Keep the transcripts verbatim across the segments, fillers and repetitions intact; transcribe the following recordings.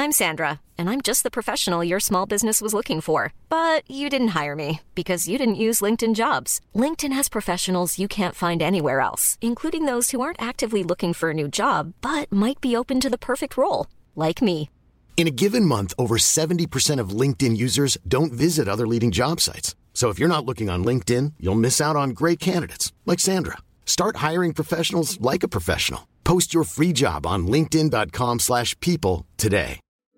I'm Sandra, and I'm just the professional your small business was looking for. But you didn't hire me because you didn't use LinkedIn Jobs. LinkedIn has professionals you can't find anywhere else, including those who aren't actively looking for a new job, but might be open to the perfect role, like me. In a given month, over seventy percent of LinkedIn users don't visit other leading job sites. So if you're not looking on LinkedIn, you'll miss out on great candidates like Sandra. Start hiring professionals like a professional. Post your free job on linkedin.com slash people today.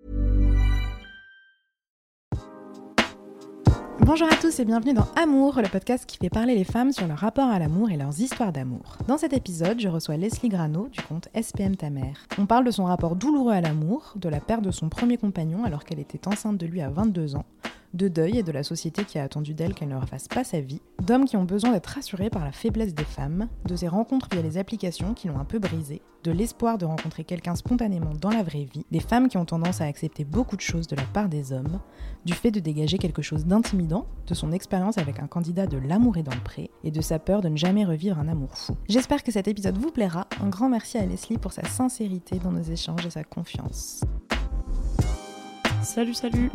Bonjour à tous et bienvenue dans Amour, le podcast qui fait parler les femmes sur leur rapport à l'amour et leurs histoires d'amour. Dans cet épisode, je reçois Leslie Grano du compte S P M Ta Mère. On parle de son rapport douloureux à l'amour, de la perte de son premier compagnon alors qu'elle était enceinte de lui à vingt-deux ans, de deuil et de la société qui a attendu d'elle qu'elle ne refasse pas sa vie, d'hommes qui ont besoin d'être rassurés par la faiblesse des femmes, de ses rencontres via les applications qui l'ont un peu brisée, de l'espoir de rencontrer quelqu'un spontanément dans la vraie vie, des femmes qui ont tendance à accepter beaucoup de choses de la part des hommes, du fait de dégager quelque chose d'intimidant, de son expérience avec un candidat de l'amour et dans le pré, et de sa peur de ne jamais revivre un amour fou. J'espère que cet épisode vous plaira. Un grand merci à Leslie pour sa sincérité dans nos échanges et sa confiance. Salut, salut.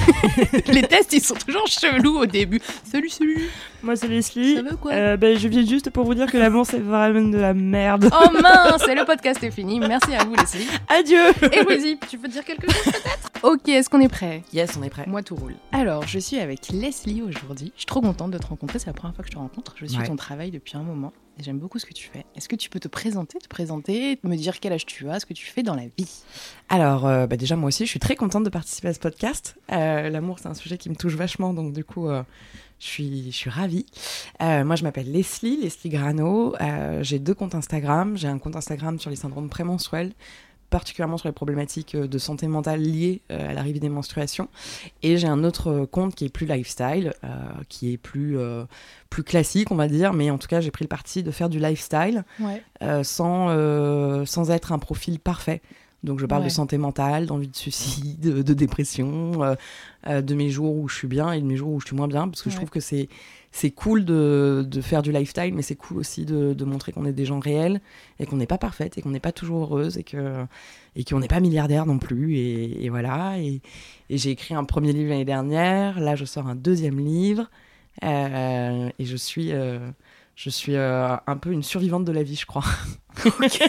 Les tests, ils sont toujours chelous au début. Salut, salut. Moi, c'est Leslie. Ça va quoi euh, ben, Je viens juste pour vous dire que l'amour, c'est vraiment de la merde. Oh mince, le podcast est fini. Merci à vous, Leslie. Adieu. Et Wizzy, tu veux dire quelque chose peut-être? Ok, est-ce qu'on est prêt? Yes, on est prêt. Moi, tout roule. Alors, je suis avec Leslie aujourd'hui. Je suis trop contente de te rencontrer. C'est la première fois que je te rencontre. Je suis ouais. ton travail depuis un moment. Et j'aime beaucoup ce que tu fais. Est-ce que tu peux te présenter, te présenter, me dire quel âge tu as, ce que tu fais dans la vie? Alors, euh, bah déjà, moi aussi, je suis très contente de participer à ce podcast. Euh, l'amour, c'est un sujet qui me touche vachement, donc du coup, euh, je suis, je suis ravie. Euh, moi, je m'appelle Leslie, Leslie Grano. Euh, j'ai deux comptes Instagram. J'ai un compte Instagram sur les syndromes prémenstruels, particulièrement sur les problématiques de santé mentale liées à l'arrivée des menstruations. Et j'ai un autre compte qui est plus lifestyle, euh, qui est plus, euh, plus classique, on va dire, mais en tout cas, j'ai pris le parti de faire du lifestyle ouais. euh, sans, euh, sans être un profil parfait. Donc je parle ouais. de santé mentale, d'envie de suicide, de, de dépression, euh, euh, de mes jours où je suis bien et de mes jours où je suis moins bien, parce que ouais. je trouve que c'est, c'est cool de, de faire du lifestyle, mais c'est cool aussi de, de montrer qu'on est des gens réels et qu'on n'est pas parfaite et qu'on n'est pas toujours heureuse et, que, et qu'on n'est pas milliardaire non plus. Et, et voilà. Et, et j'ai écrit un premier livre l'année dernière. Là, je sors un deuxième livre euh, et je suis, euh, je suis euh, un peu une survivante de la vie, je crois. Ok.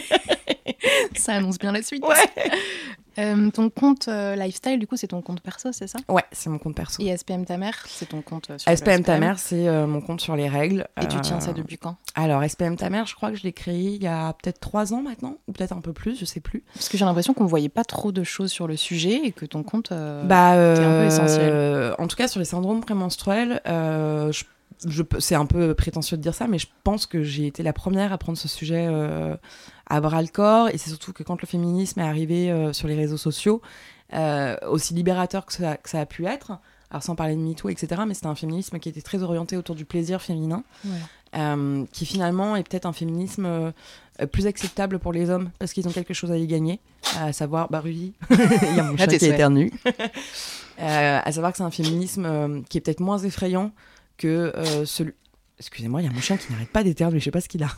Ça annonce bien la suite. Ouais. Euh, ton compte euh, lifestyle, du coup, c'est ton compte perso, c'est ça? Ouais, c'est mon compte perso. Et S P M Ta Mère, c'est ton compte euh, sur S P M le Ta Mère, c'est euh, mon compte sur les règles. Et tu euh... tiens ça depuis quand? Alors, S P M Ta Mère, je crois que je l'ai créé il y a peut-être trois ans maintenant, ou peut-être un peu plus, je sais plus. Parce que j'ai l'impression qu'on ne voyait pas trop de choses sur le sujet et que ton compte euh, bah, euh, était un peu essentiel. En tout cas, sur les syndromes prémenstruels, euh, je Je, c'est un peu prétentieux de dire ça, mais je pense que j'ai été la première à prendre ce sujet euh, à bras-le-corps. Et c'est surtout que quand le féminisme est arrivé euh, sur les réseaux sociaux, euh, aussi libérateur que ça, que ça a pu être, alors sans parler de MeToo, et cetera, mais c'était un féminisme qui était très orienté autour du plaisir féminin, ouais. euh, qui finalement est peut-être un féminisme euh, plus acceptable pour les hommes, parce qu'ils ont quelque chose à y gagner, à savoir, bah Rudy, il y a mon chat qui éternue, euh, à savoir que c'est un féminisme euh, qui est peut-être moins effrayant que euh, celui... Excusez-moi, il y a mon chien qui n'arrête pas d'éternuer, je sais pas ce qu'il a.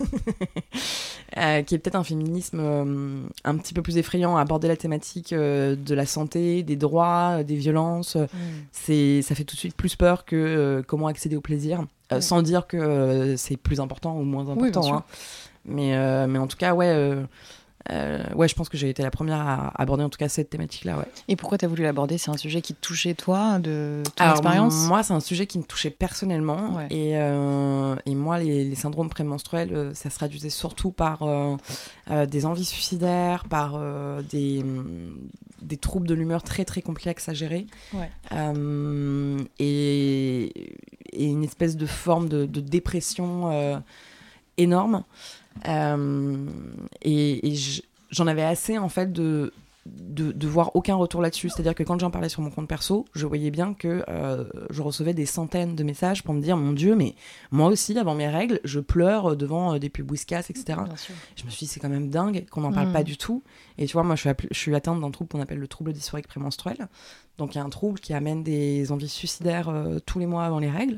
euh, qui est peut-être un féminisme euh, un petit peu plus effrayant, à aborder la thématique euh, de la santé, des droits, euh, des violences. Mm. C'est, ça fait tout de suite plus peur que euh, comment accéder au plaisir, euh, mm. sans dire que euh, c'est plus important ou moins important. Oui, hein. mais, euh, mais en tout cas, ouais... Euh, Euh, ouais, je pense que j'ai été la première à aborder en tout cas cette thématique-là. Ouais. Et pourquoi tu as voulu l'aborder? C'est un sujet qui te touchait toi, de ton Alors, expérience? Moi, c'est un sujet qui me touchait personnellement. Ouais. Et, euh, et moi, les, les syndromes prémenstruels, euh, ça se traduisait surtout par euh, euh, des envies suicidaires, par euh, des, des troubles de l'humeur très très complexes à gérer. Ouais. Euh, et, et une espèce de forme de, de dépression euh, énorme. Euh, et, et j'en avais assez en fait de, de, de voir aucun retour là-dessus, c'est-à-dire que quand j'en parlais sur mon compte perso, je voyais bien que euh, je recevais des centaines de messages pour me dire mon Dieu, mais moi aussi avant mes règles je pleure devant des pubs Whiskas, etc. Je me suis dit c'est quand même dingue qu'on n'en parle mmh. pas du tout. Et tu vois, moi je suis, appel- je suis atteinte d'un trouble qu'on appelle le trouble dysphorique prémenstruel, donc il y a un trouble qui amène des envies suicidaires euh, tous les mois avant les règles.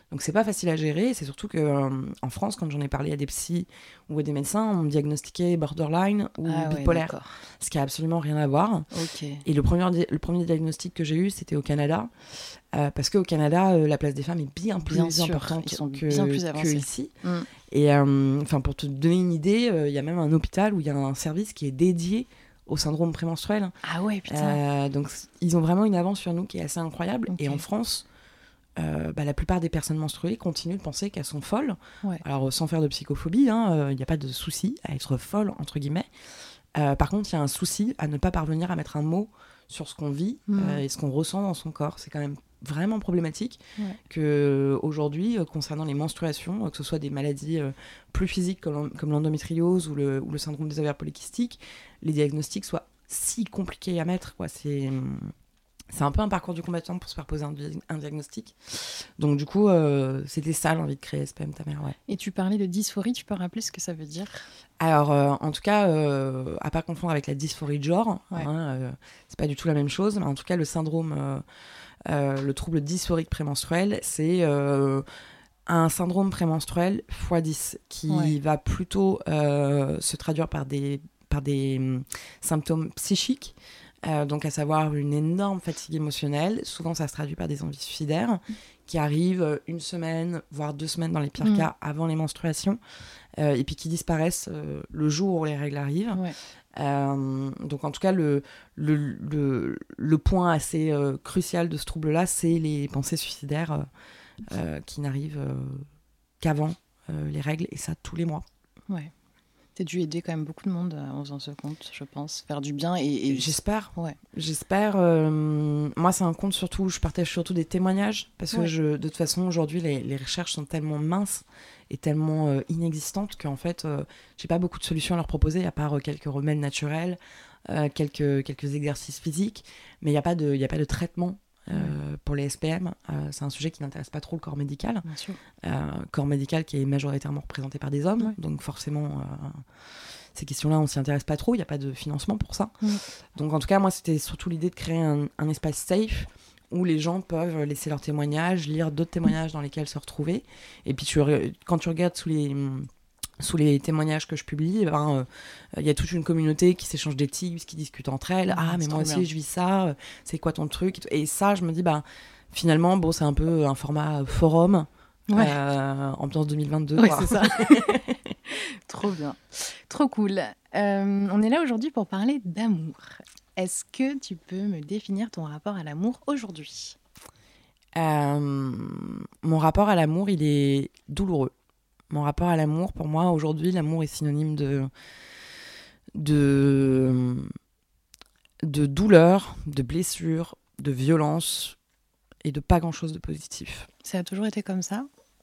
Donc c'est pas facile à gérer, c'est surtout que euh, en France, quand j'en ai parlé à des psys ou à des médecins, on me diagnostiquait borderline ou ah, bipolaire, ouais, ce qui a absolument rien à voir. Okay. Et le premier, le premier diagnostic que j'ai eu, c'était au Canada, euh, parce qu'au Canada, euh, la place des femmes est bien plus bien importante sûr, que, bien plus que ici. Mm. Et enfin, euh, pour te donner une idée, il euh, y a même un hôpital où il y a un service qui est dédié au syndrome prémenstruel. Ah ouais, putain. Euh, donc ils ont vraiment une avance sur nous qui est assez incroyable. Okay. Et en France, Euh, bah, la plupart des personnes menstruées continuent de penser qu'elles sont folles. Ouais. Alors, sans faire de psychophobie, il hein, n'y euh, a pas de souci à être folle, entre guillemets. Euh, par contre, il y a un souci à ne pas parvenir à mettre un mot sur ce qu'on vit mmh. euh, et ce qu'on ressent dans son corps. C'est quand même vraiment problématique ouais. qu'aujourd'hui, euh, concernant les menstruations, euh, que ce soit des maladies euh, plus physiques comme, comme l'endométriose ou le, ou le syndrome des ovaires polykystiques, les diagnostics soient si compliqués à mettre, quoi. C'est... C'est un peu un parcours du combattant pour se faire poser un, di- un diagnostic. Donc du coup, euh, c'était ça l'envie de créer S P M Ta Mère, ouais. Et tu parlais de dysphorie, tu peux rappeler ce que ça veut dire ? Alors, euh, en tout cas, euh, à pas confondre avec la dysphorie de genre, ouais. hein, euh, c'est pas du tout la même chose, mais en tout cas, le syndrome, euh, euh, le trouble dysphorique prémenstruel, c'est euh, un syndrome prémenstruel fois dix qui ouais. va plutôt euh, se traduire par des, par des hum, symptômes psychiques. Euh, donc à savoir une énorme fatigue émotionnelle, souvent ça se traduit par des envies suicidaires mmh. qui arrivent une semaine, voire deux semaines dans les pires mmh. cas avant les menstruations, euh, et puis qui disparaissent euh, le jour où les règles arrivent. Ouais. Euh, donc en tout cas le, le, le, le point assez euh, crucial de ce trouble-là, c'est les pensées suicidaires euh, euh, qui n'arrivent euh, qu'avant euh, les règles, et ça tous les mois. Ouais. T'as dû aider quand même beaucoup de monde en faisant ce compte, je pense, faire du bien. Et, et... J'espère. Ouais. J'espère. Euh, moi, c'est un compte surtout où je partage surtout des témoignages, parce que ouais. je, de toute façon, aujourd'hui, les, les recherches sont tellement minces et tellement euh, inexistantes qu'en fait, euh, j'ai pas beaucoup de solutions à leur proposer, à part euh, quelques remèdes naturels, euh, quelques, quelques exercices physiques, mais il n'y a pas de, il y a pas de traitement. Euh, pour les S P M, euh, c'est un sujet qui n'intéresse pas trop le corps médical. Bien sûr. Euh, corps médical qui est majoritairement représenté par des hommes, ouais. donc forcément, euh, ces questions-là, on s'y intéresse pas trop, il n'y a pas de financement pour ça. Ouais. Donc en tout cas, moi, c'était surtout l'idée de créer un, un espace safe où les gens peuvent laisser leurs témoignages, lire d'autres témoignages dans lesquels se retrouver. Et puis, tu, quand tu regardes sous les... sous les témoignages que je publie, il ben, euh, y a toute une communauté qui s'échange des tips, qui discute entre elles. Ah, mais moi aussi, bien. je vis ça. C'est quoi ton truc ? Et ça, je me dis, bah, finalement, bon, c'est un peu un format forum, ouais. euh, ambiance deux mille vingt-deux. Oui, c'est ça. Trop bien. Trop cool. Euh, on est là aujourd'hui pour parler d'amour. Est-ce que tu peux me définir ton rapport à l'amour aujourd'hui ? euh, Mon rapport à l'amour, il est douloureux. Mon rapport à l'amour, pour moi, aujourd'hui, l'amour est synonyme de, de, de douleur, de blessure, de violence et de pas grand-chose de positif. Ça a toujours été comme ça ?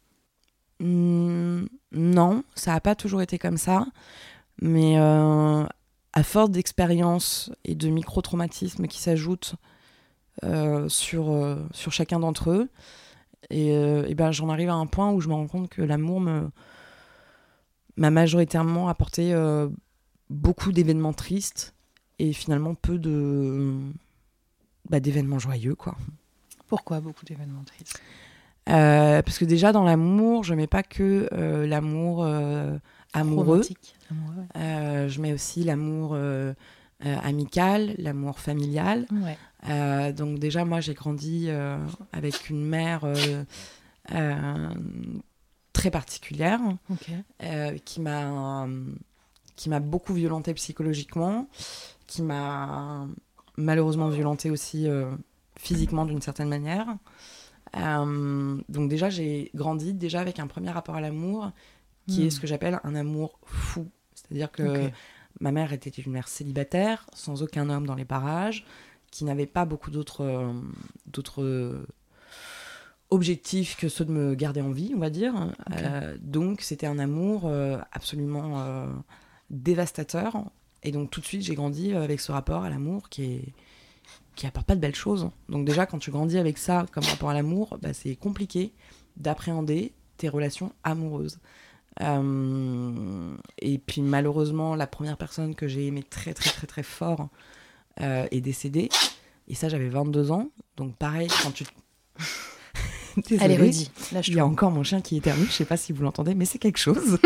mmh, Non, ça n'a pas toujours été comme ça. Mais euh, à force d'expériences et de micro-traumatismes qui s'ajoutent euh, sur, euh, sur chacun d'entre eux, Et, euh, et ben, j'en arrive à un point où je me rends compte que l'amour me, m'a majoritairement apporté euh, beaucoup d'événements tristes et finalement peu de, bah, d'événements joyeux, quoi. Pourquoi beaucoup d'événements tristes ? euh, Parce que déjà, dans l'amour, je ne mets pas que euh, l'amour euh, amoureux. Romantique. Amoureux, ouais. euh, je mets aussi l'amour euh, euh, amical, l'amour familial. Ouais. Euh, donc déjà, moi, j'ai grandi euh, avec une mère euh, euh, très particulière, okay. euh, qui m'a, euh, qui m'a beaucoup violentée psychologiquement, qui m'a malheureusement violentée aussi euh, physiquement d'une certaine manière. Euh, donc déjà, j'ai grandi déjà avec un premier rapport à l'amour qui mmh. est ce que j'appelle un amour fou. C'est-à-dire que okay. ma mère était une mère célibataire, sans aucun homme dans les parages, qui n'avait pas beaucoup d'autres, euh, d'autres euh, objectifs que ceux de me garder en vie, on va dire. Okay. Euh, donc, c'était un amour euh, absolument euh, dévastateur. Et donc, tout de suite, j'ai grandi avec ce rapport à l'amour qui est qui apporte pas de belles choses. Donc déjà, quand tu grandis avec ça comme rapport à l'amour, bah, c'est compliqué d'appréhender tes relations amoureuses. Euh, et puis, malheureusement, la première personne que j'ai aimée très, très, très, très fort euh, est décédée. Et ça, j'avais vingt-deux ans. Donc pareil, quand tu... Désolée. Allez, redis. Il y a encore mon chien qui éternue. Je sais pas si vous l'entendez, mais c'est quelque chose.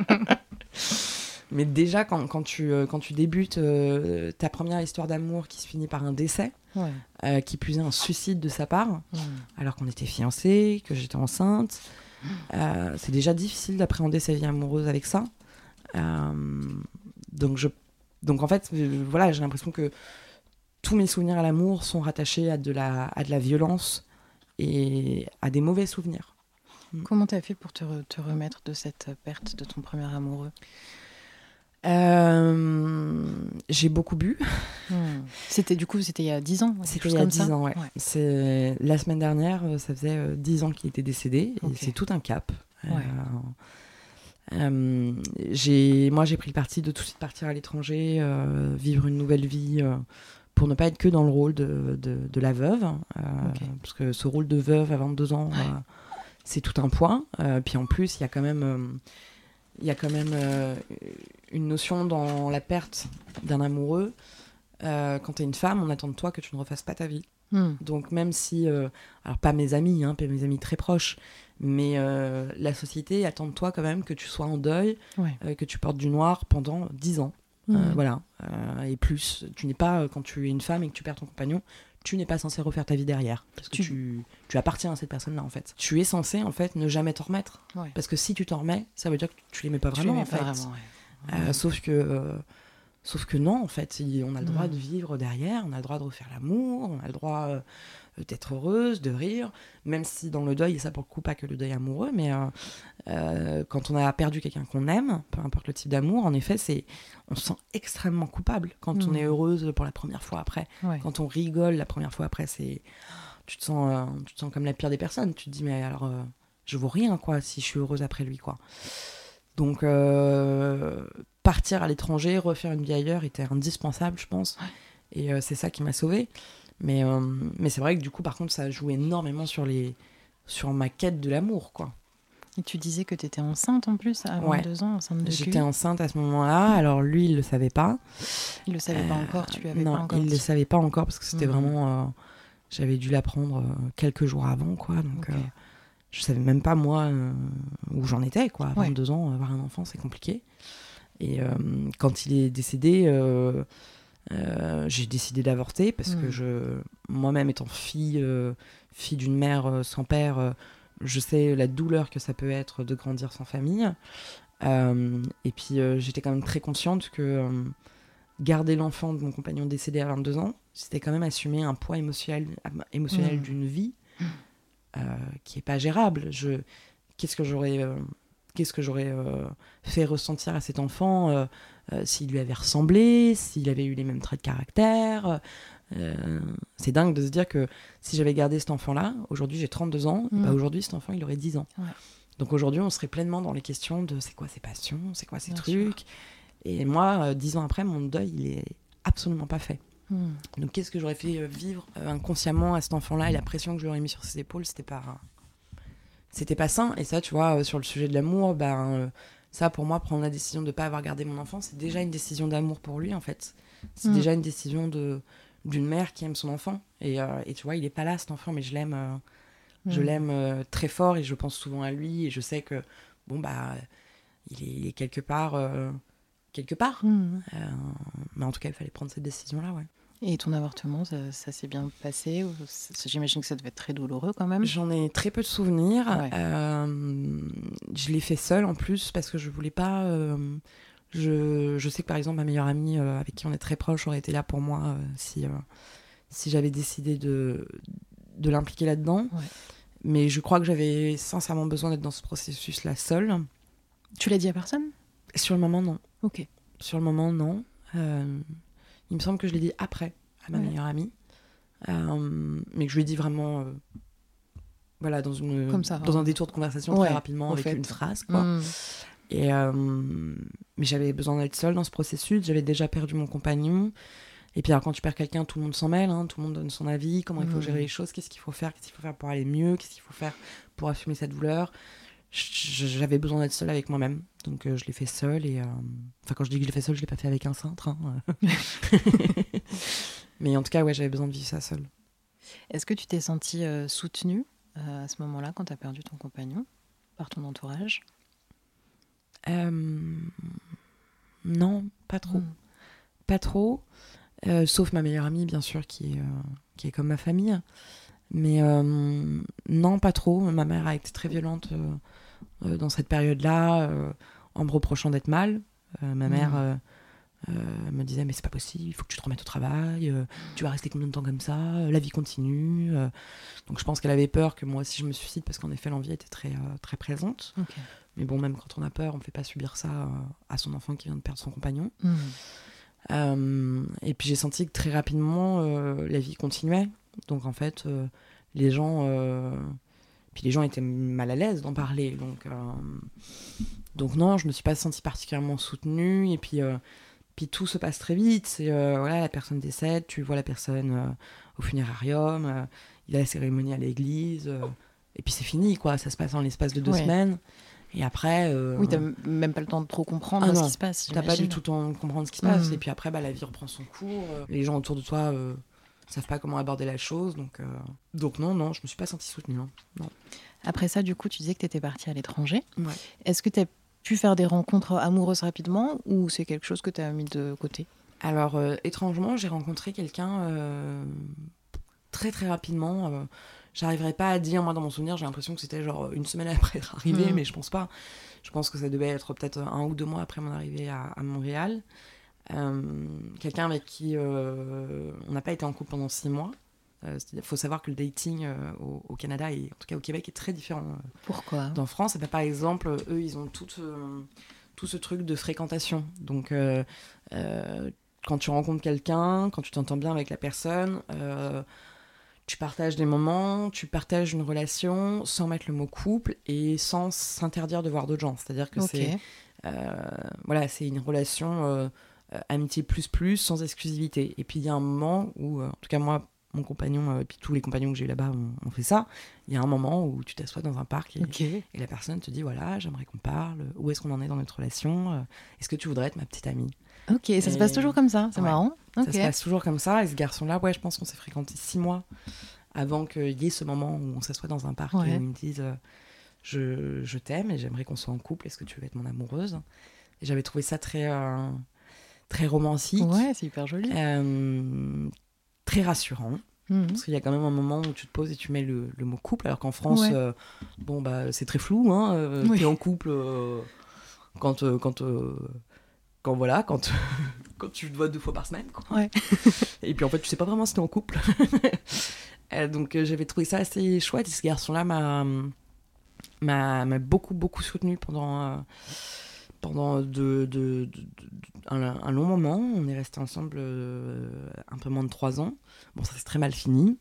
Mais déjà, quand, quand, tu, quand tu débutes euh, ta première histoire d'amour qui se finit par un décès, ouais. euh, qui plus est un suicide de sa part, mmh. alors qu'on était fiancés, que j'étais enceinte, mmh. euh, c'est déjà difficile d'appréhender sa vie amoureuse avec ça. Euh, donc, je, donc en fait, euh, voilà, j'ai l'impression que tous mes souvenirs à l'amour sont rattachés à de la, à de la violence et à des mauvais souvenirs. Comment t'as fait pour te, re- te remettre de cette perte de ton premier amoureux ? Euh, j'ai beaucoup bu. Mmh. C'était du coup, c'était il y a dix ans. C'était il y a dix ans, ouais. ouais. C'est la semaine dernière, ça faisait dix ans qu'il était décédé. Okay. Et c'est tout un cap. Ouais. Euh, euh, j'ai, moi, j'ai pris le parti de tout de suite partir à l'étranger, euh, vivre une nouvelle vie, euh, pour ne pas être que dans le rôle de, de, de la veuve, euh, okay. parce que ce rôle de veuve à vingt-deux ans, ouais. euh, c'est tout un poids. Euh, puis en plus, il y a quand même, euh, il y a quand même euh, une notion dans la perte d'un amoureux. Euh, quand tu es une femme, on attend de toi que tu ne refasses pas ta vie. Mm. Donc même si, euh, alors pas mes amis, hein, pas mes amis très proches, mais euh, la société attend de toi quand même que tu sois en deuil, ouais. euh, que tu portes du noir pendant dix ans. Mm. Euh, voilà. Euh, et plus, tu n'es pas, quand tu es une femme et que tu perds ton compagnon, tu n'es pas censé refaire ta vie derrière. Parce que tu, tu, tu appartiens à cette personne-là, en fait. Tu es censé, en fait, ne jamais t'en remettre. Ouais. Parce que si tu t'en remets, ça veut dire que tu l'aimais pas vraiment, en fait. Vraiment, ouais. euh, sauf que... Euh, Sauf que non, en fait, on a le droit mmh. de vivre derrière, on a le droit de refaire l'amour, on a le droit euh, d'être heureuse, de rire, même si dans le deuil, et ça pour le coup, pas que le deuil amoureux, mais euh, euh, quand on a perdu quelqu'un qu'on aime, peu importe le type d'amour, en effet, c'est, on se sent extrêmement coupable quand mmh. on est heureuse pour la première fois après. Ouais. Quand on rigole la première fois après, c'est, tu te sens, euh, tu te sens comme la pire des personnes. Tu te dis, mais alors, euh, je vaux rien, quoi, si je suis heureuse après lui, quoi. Donc, euh, partir à l'étranger, refaire une vie ailleurs était indispensable, je pense. Ouais. Et euh, c'est ça qui m'a sauvée. Mais, euh, mais c'est vrai que du coup, par contre, ça joue énormément sur, les, sur ma quête de l'amour, quoi. Et tu disais que tu étais enceinte en plus, à vingt-deux ouais. ans, enceinte de lui. J'étais enceinte à ce moment-là. Alors lui, il ne le savait pas. Il ne le savait euh, pas encore, tu lui avais non, pas encore il ne dit. le savait pas encore parce que c'était mmh. vraiment... Euh, j'avais dû l'apprendre euh, quelques jours avant, quoi. Donc... Okay. Euh, je savais même pas, moi, euh, où j'en étais, quoi. À vingt-deux ouais. ans, avoir un enfant, c'est compliqué. Et euh, quand il est décédé, euh, euh, j'ai décidé d'avorter parce mmh. que je, moi-même, étant fille, euh, fille d'une mère euh, sans père, euh, je sais la douleur que ça peut être de grandir sans famille. Euh, et puis, euh, j'étais quand même très consciente que euh, garder l'enfant de mon compagnon décédé à vingt-deux ans, c'était quand même assumer un poids émotionnel, émotionnel mmh. d'une vie. Mmh. Euh, qui est pas gérable. Je, qu'est-ce que j'aurais, euh, qu'est-ce que j'aurais euh, fait ressentir à cet enfant euh, euh, s'il lui avait ressemblé, s'il avait eu les mêmes traits de caractère. Euh, c'est dingue de se dire que si j'avais gardé cet enfant-là, aujourd'hui j'ai trente-deux ans, mmh. bah aujourd'hui cet enfant il aurait dix ans. Ouais. Donc aujourd'hui on serait pleinement dans les questions de c'est quoi ses passions, c'est quoi ses Bien trucs. Sûr. Et moi, euh, dix ans après, mon deuil il est absolument pas fait. Mmh. Donc qu'est-ce que j'aurais fait vivre euh, inconsciemment à cet enfant-là et la pression que je lui aurais mis sur ses épaules, c'était pas c'était pas sain. Et ça, tu vois, euh, sur le sujet de l'amour, ben euh, ça pour moi, prendre la décision de pas avoir gardé mon enfant, c'est déjà une décision d'amour pour lui en fait. C'est mmh. déjà une décision de d'une mère qui aime son enfant. Et, euh, et tu vois, il est pas là cet enfant, mais je l'aime, euh, mmh. je l'aime euh, très fort et je pense souvent à lui et je sais que bon bah il est, il est quelque part euh, quelque part. Mmh. Euh, mais en tout cas, il fallait prendre cette décision-là, ouais. Et ton avortement, ça, ça s'est bien passé ou j'imagine que ça devait être très douloureux quand même. J'en ai très peu de souvenirs. Ouais. Euh, je l'ai fait seule en plus parce que je voulais pas... Euh, je, je sais que par exemple ma meilleure amie euh, avec qui on est très proche aurait été là pour moi euh, si, euh, si j'avais décidé de, de l'impliquer là-dedans. Ouais. Mais je crois que j'avais sincèrement besoin d'être dans ce processus-là seule. Tu l'as dit à personne ? Sur le moment, non. Ok. Sur le moment, non. Euh, Il me semble que je l'ai dit après à ma ouais. meilleure amie, euh, mais que je lui ai dit vraiment, euh, voilà, dans une, Comme ça, dans hein. un détour de conversation ouais, très rapidement avec fait. une phrase, quoi. Mmh. Et euh, mais j'avais besoin d'être seule dans ce processus. J'avais déjà perdu mon compagnon. Et puis alors quand tu perds quelqu'un, tout le monde s'en mêle, hein, tout le monde donne son avis, comment mmh. il faut gérer les choses, qu'est-ce qu'il faut faire, qu'est-ce qu'il faut faire pour aller mieux, qu'est-ce qu'il faut faire pour assumer cette douleur. J'avais besoin d'être seule avec moi-même, donc euh, je l'ai fait seule et euh... enfin quand je dis que je l'ai fait seule, je l'ai pas fait avec un cintre, hein. Mais en tout cas ouais, j'avais besoin de vivre ça seule. Est-ce que tu t'es sentie euh, soutenue euh, à ce moment-là, quand tu as perdu ton compagnon, par ton entourage ? euh... Non, pas trop. Mmh. Pas trop, euh, sauf ma meilleure amie, bien sûr, qui est, euh, qui est comme ma famille. Mais euh, non, pas trop. Ma mère a été très violente euh, euh, dans cette période-là, euh, en me reprochant d'être mal. Euh, ma mmh. mère euh, euh, me disait « mais c'est pas possible, il faut que tu te remettes au travail, euh, tu vas rester combien de temps comme ça, la vie continue euh. ». Donc je pense qu'elle avait peur que moi aussi je me suicide, parce qu'en effet l'envie était très, euh, très présente. Okay. Mais bon, même quand on a peur, on ne fait pas subir ça euh, à son enfant qui vient de perdre son compagnon. Mmh. Euh, et puis j'ai senti que très rapidement, euh, la vie continuait. Donc en fait, euh, les gens... Euh, puis les gens étaient mal à l'aise d'en parler. Donc, euh, donc non, je ne me suis pas sentie particulièrement soutenue. Et puis, euh, puis tout se passe très vite. C'est, euh, voilà, la personne décède, tu vois la personne euh, au funérarium, euh, il y a la cérémonie à l'église, euh, et puis c'est fini, quoi. Ça se passe en l'espace de deux ouais. semaines. Et après... Euh... Oui, t'as même pas le temps de trop comprendre ah ce non, qui se passe, t'as pas du tout le temps de comprendre ce qui se passe. Mmh. Et puis après, bah, la vie reprend son cours. Euh, les gens autour de toi euh, savent pas comment aborder la chose. Donc, euh... donc non, non, je me suis pas sentie soutenue. Hein. Non. Après ça, du coup, tu disais que t'étais partie à l'étranger. Ouais. Est-ce que t'as pu faire des rencontres amoureuses rapidement, ou c'est quelque chose que t'as mis de côté ? Alors, euh, étrangement, j'ai rencontré quelqu'un euh, très très rapidement. Euh, J'arriverai pas à dire, moi dans mon souvenir, j'ai l'impression que c'était genre une semaine après être arrivée, mmh. mais je pense pas. Je pense que ça devait être peut-être un ou deux mois après mon arrivée à, à Montréal. Euh, quelqu'un avec qui euh, on n'a pas été en couple pendant six mois. Il euh, faut savoir que le dating euh, au, au Canada, et en tout cas au Québec, est très différent. Euh, Pourquoi ? D'en France. Et ben, par exemple, eux, ils ont tout, euh, tout ce truc de fréquentation. Donc, euh, euh, quand tu rencontres quelqu'un, quand tu t'entends bien avec la personne... Euh, tu partages des moments, tu partages une relation sans mettre le mot couple et sans s'interdire de voir d'autres gens. C'est-à-dire que okay. c'est, euh, voilà, c'est une relation euh, amitié plus plus, sans exclusivité. Et puis il y a un moment où, euh, en tout cas moi, mon compagnon, et euh, puis tous les compagnons que j'ai eu là-bas ont, ont fait ça, il y a un moment où tu t'assois dans un parc et, okay. et la personne te dit, voilà, j'aimerais qu'on parle, où est-ce qu'on en est dans notre relation, euh, est-ce que tu voudrais être ma petite amie ? Ok, ça et... se passe toujours comme ça, c'est ouais, marrant. Okay. Ça se passe toujours comme ça, et ce garçon-là, ouais, je pense qu'on s'est fréquenté six mois avant qu'il y ait ce moment où on s'assoit dans un parc ouais. et où ils me disent euh, je, je t'aime et j'aimerais qu'on soit en couple, est-ce que tu veux être mon amoureuse ? Et j'avais trouvé ça très, euh, très romantique. Ouais, c'est hyper joli. Euh, très rassurant. Mmh. Parce qu'il y a quand même un moment où tu te poses et tu mets le, le mot couple, alors qu'en France, ouais. euh, bon, bah, c'est très flou, hein, euh, oui. t'es en couple euh, quand... Euh, quand euh, Quand voilà, quand, quand tu te vois deux fois par semaine. Quoi. Ouais. Et puis en fait, tu sais pas vraiment si t'es en couple. euh, donc euh, j'avais trouvé ça assez chouette. Et ce garçon-là m'a, m'a, m'a beaucoup, beaucoup soutenue pendant, euh, pendant de, de, de, de, un, un long moment. On est restés ensemble euh, un peu moins de trois ans. Bon, ça s'est très mal fini.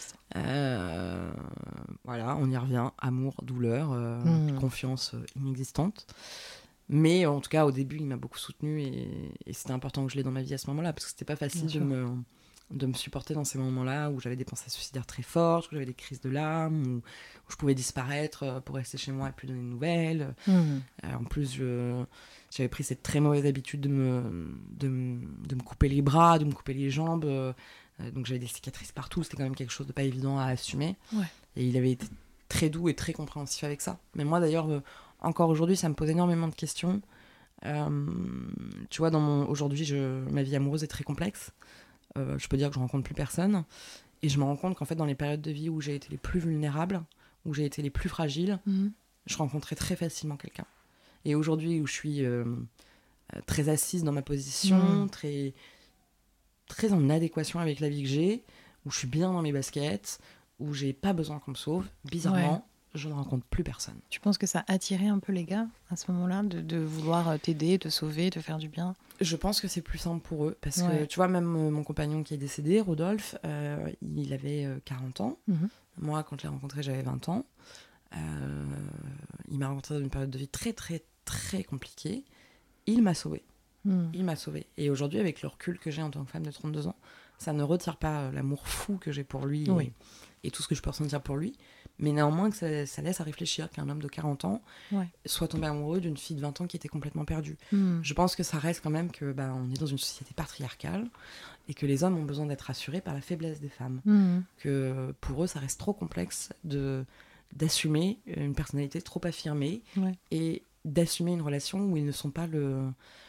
Euh, voilà, on y revient. Amour, douleur, euh, mmh. confiance inexistante. Mais en tout cas, au début, il m'a beaucoup soutenue et, et c'était important que je l'aie dans ma vie à ce moment-là, parce que c'était pas facile de me, de me supporter dans ces moments-là où j'avais des pensées suicidaires très fortes, où j'avais des crises de larmes, où, où je pouvais disparaître pour rester chez moi et plus donner de nouvelles. Mmh. Euh, en plus, je, j'avais pris cette très mauvaise habitude de me, de, me, de me couper les bras, de me couper les jambes. Euh, donc j'avais des cicatrices partout, c'était quand même quelque chose de pas évident à assumer. Ouais. Et il avait été très doux et très compréhensif avec ça. Mais moi, d'ailleurs... Euh, encore aujourd'hui, ça me pose énormément de questions. Euh, tu vois, dans mon... aujourd'hui, je... ma vie amoureuse est très complexe. Euh, je peux dire que je rencontre plus personne. Et je me rends compte qu'en fait, dans les périodes de vie où j'ai été les plus vulnérables, où j'ai été les plus fragiles, mmh. je rencontrais très facilement quelqu'un. Et aujourd'hui, où je suis euh, très assise dans ma position, mmh. très... très en adéquation avec la vie que j'ai, où je suis bien dans mes baskets, où j'ai pas besoin qu'on me sauve, bizarrement... Ouais. Je ne rencontre plus personne. Tu penses que ça a attiré un peu les gars à ce moment-là, de, de vouloir t'aider, te sauver, te faire du bien ? Je pense que c'est plus simple pour eux. Parce ouais. que, tu vois, même euh, mon compagnon qui est décédé, Rodolphe, euh, il avait euh, quarante ans. Mm-hmm. Moi, quand je l'ai rencontré, j'avais vingt ans. Euh, il m'a rencontré dans une période de vie très, très, très compliquée. Il m'a sauvée. Mm. Il m'a sauvée. Et aujourd'hui, avec le recul que j'ai en tant que femme de trente-deux ans, ça ne retire pas l'amour fou que j'ai pour lui. Oui. et tout ce que je peux ressentir pour lui. Mais néanmoins, que ça, ça laisse à réfléchir qu'un homme de quarante ans ouais. soit tombé amoureux d'une fille de vingt ans qui était complètement perdue. Mmh. Je pense que ça reste quand même que bah, on est dans une société patriarcale et que les hommes ont besoin d'être rassurés par la faiblesse des femmes. Mmh. Que pour eux, ça reste trop complexe de, d'assumer une personnalité trop affirmée ouais. et d'assumer une relation où ils ne sont pas le,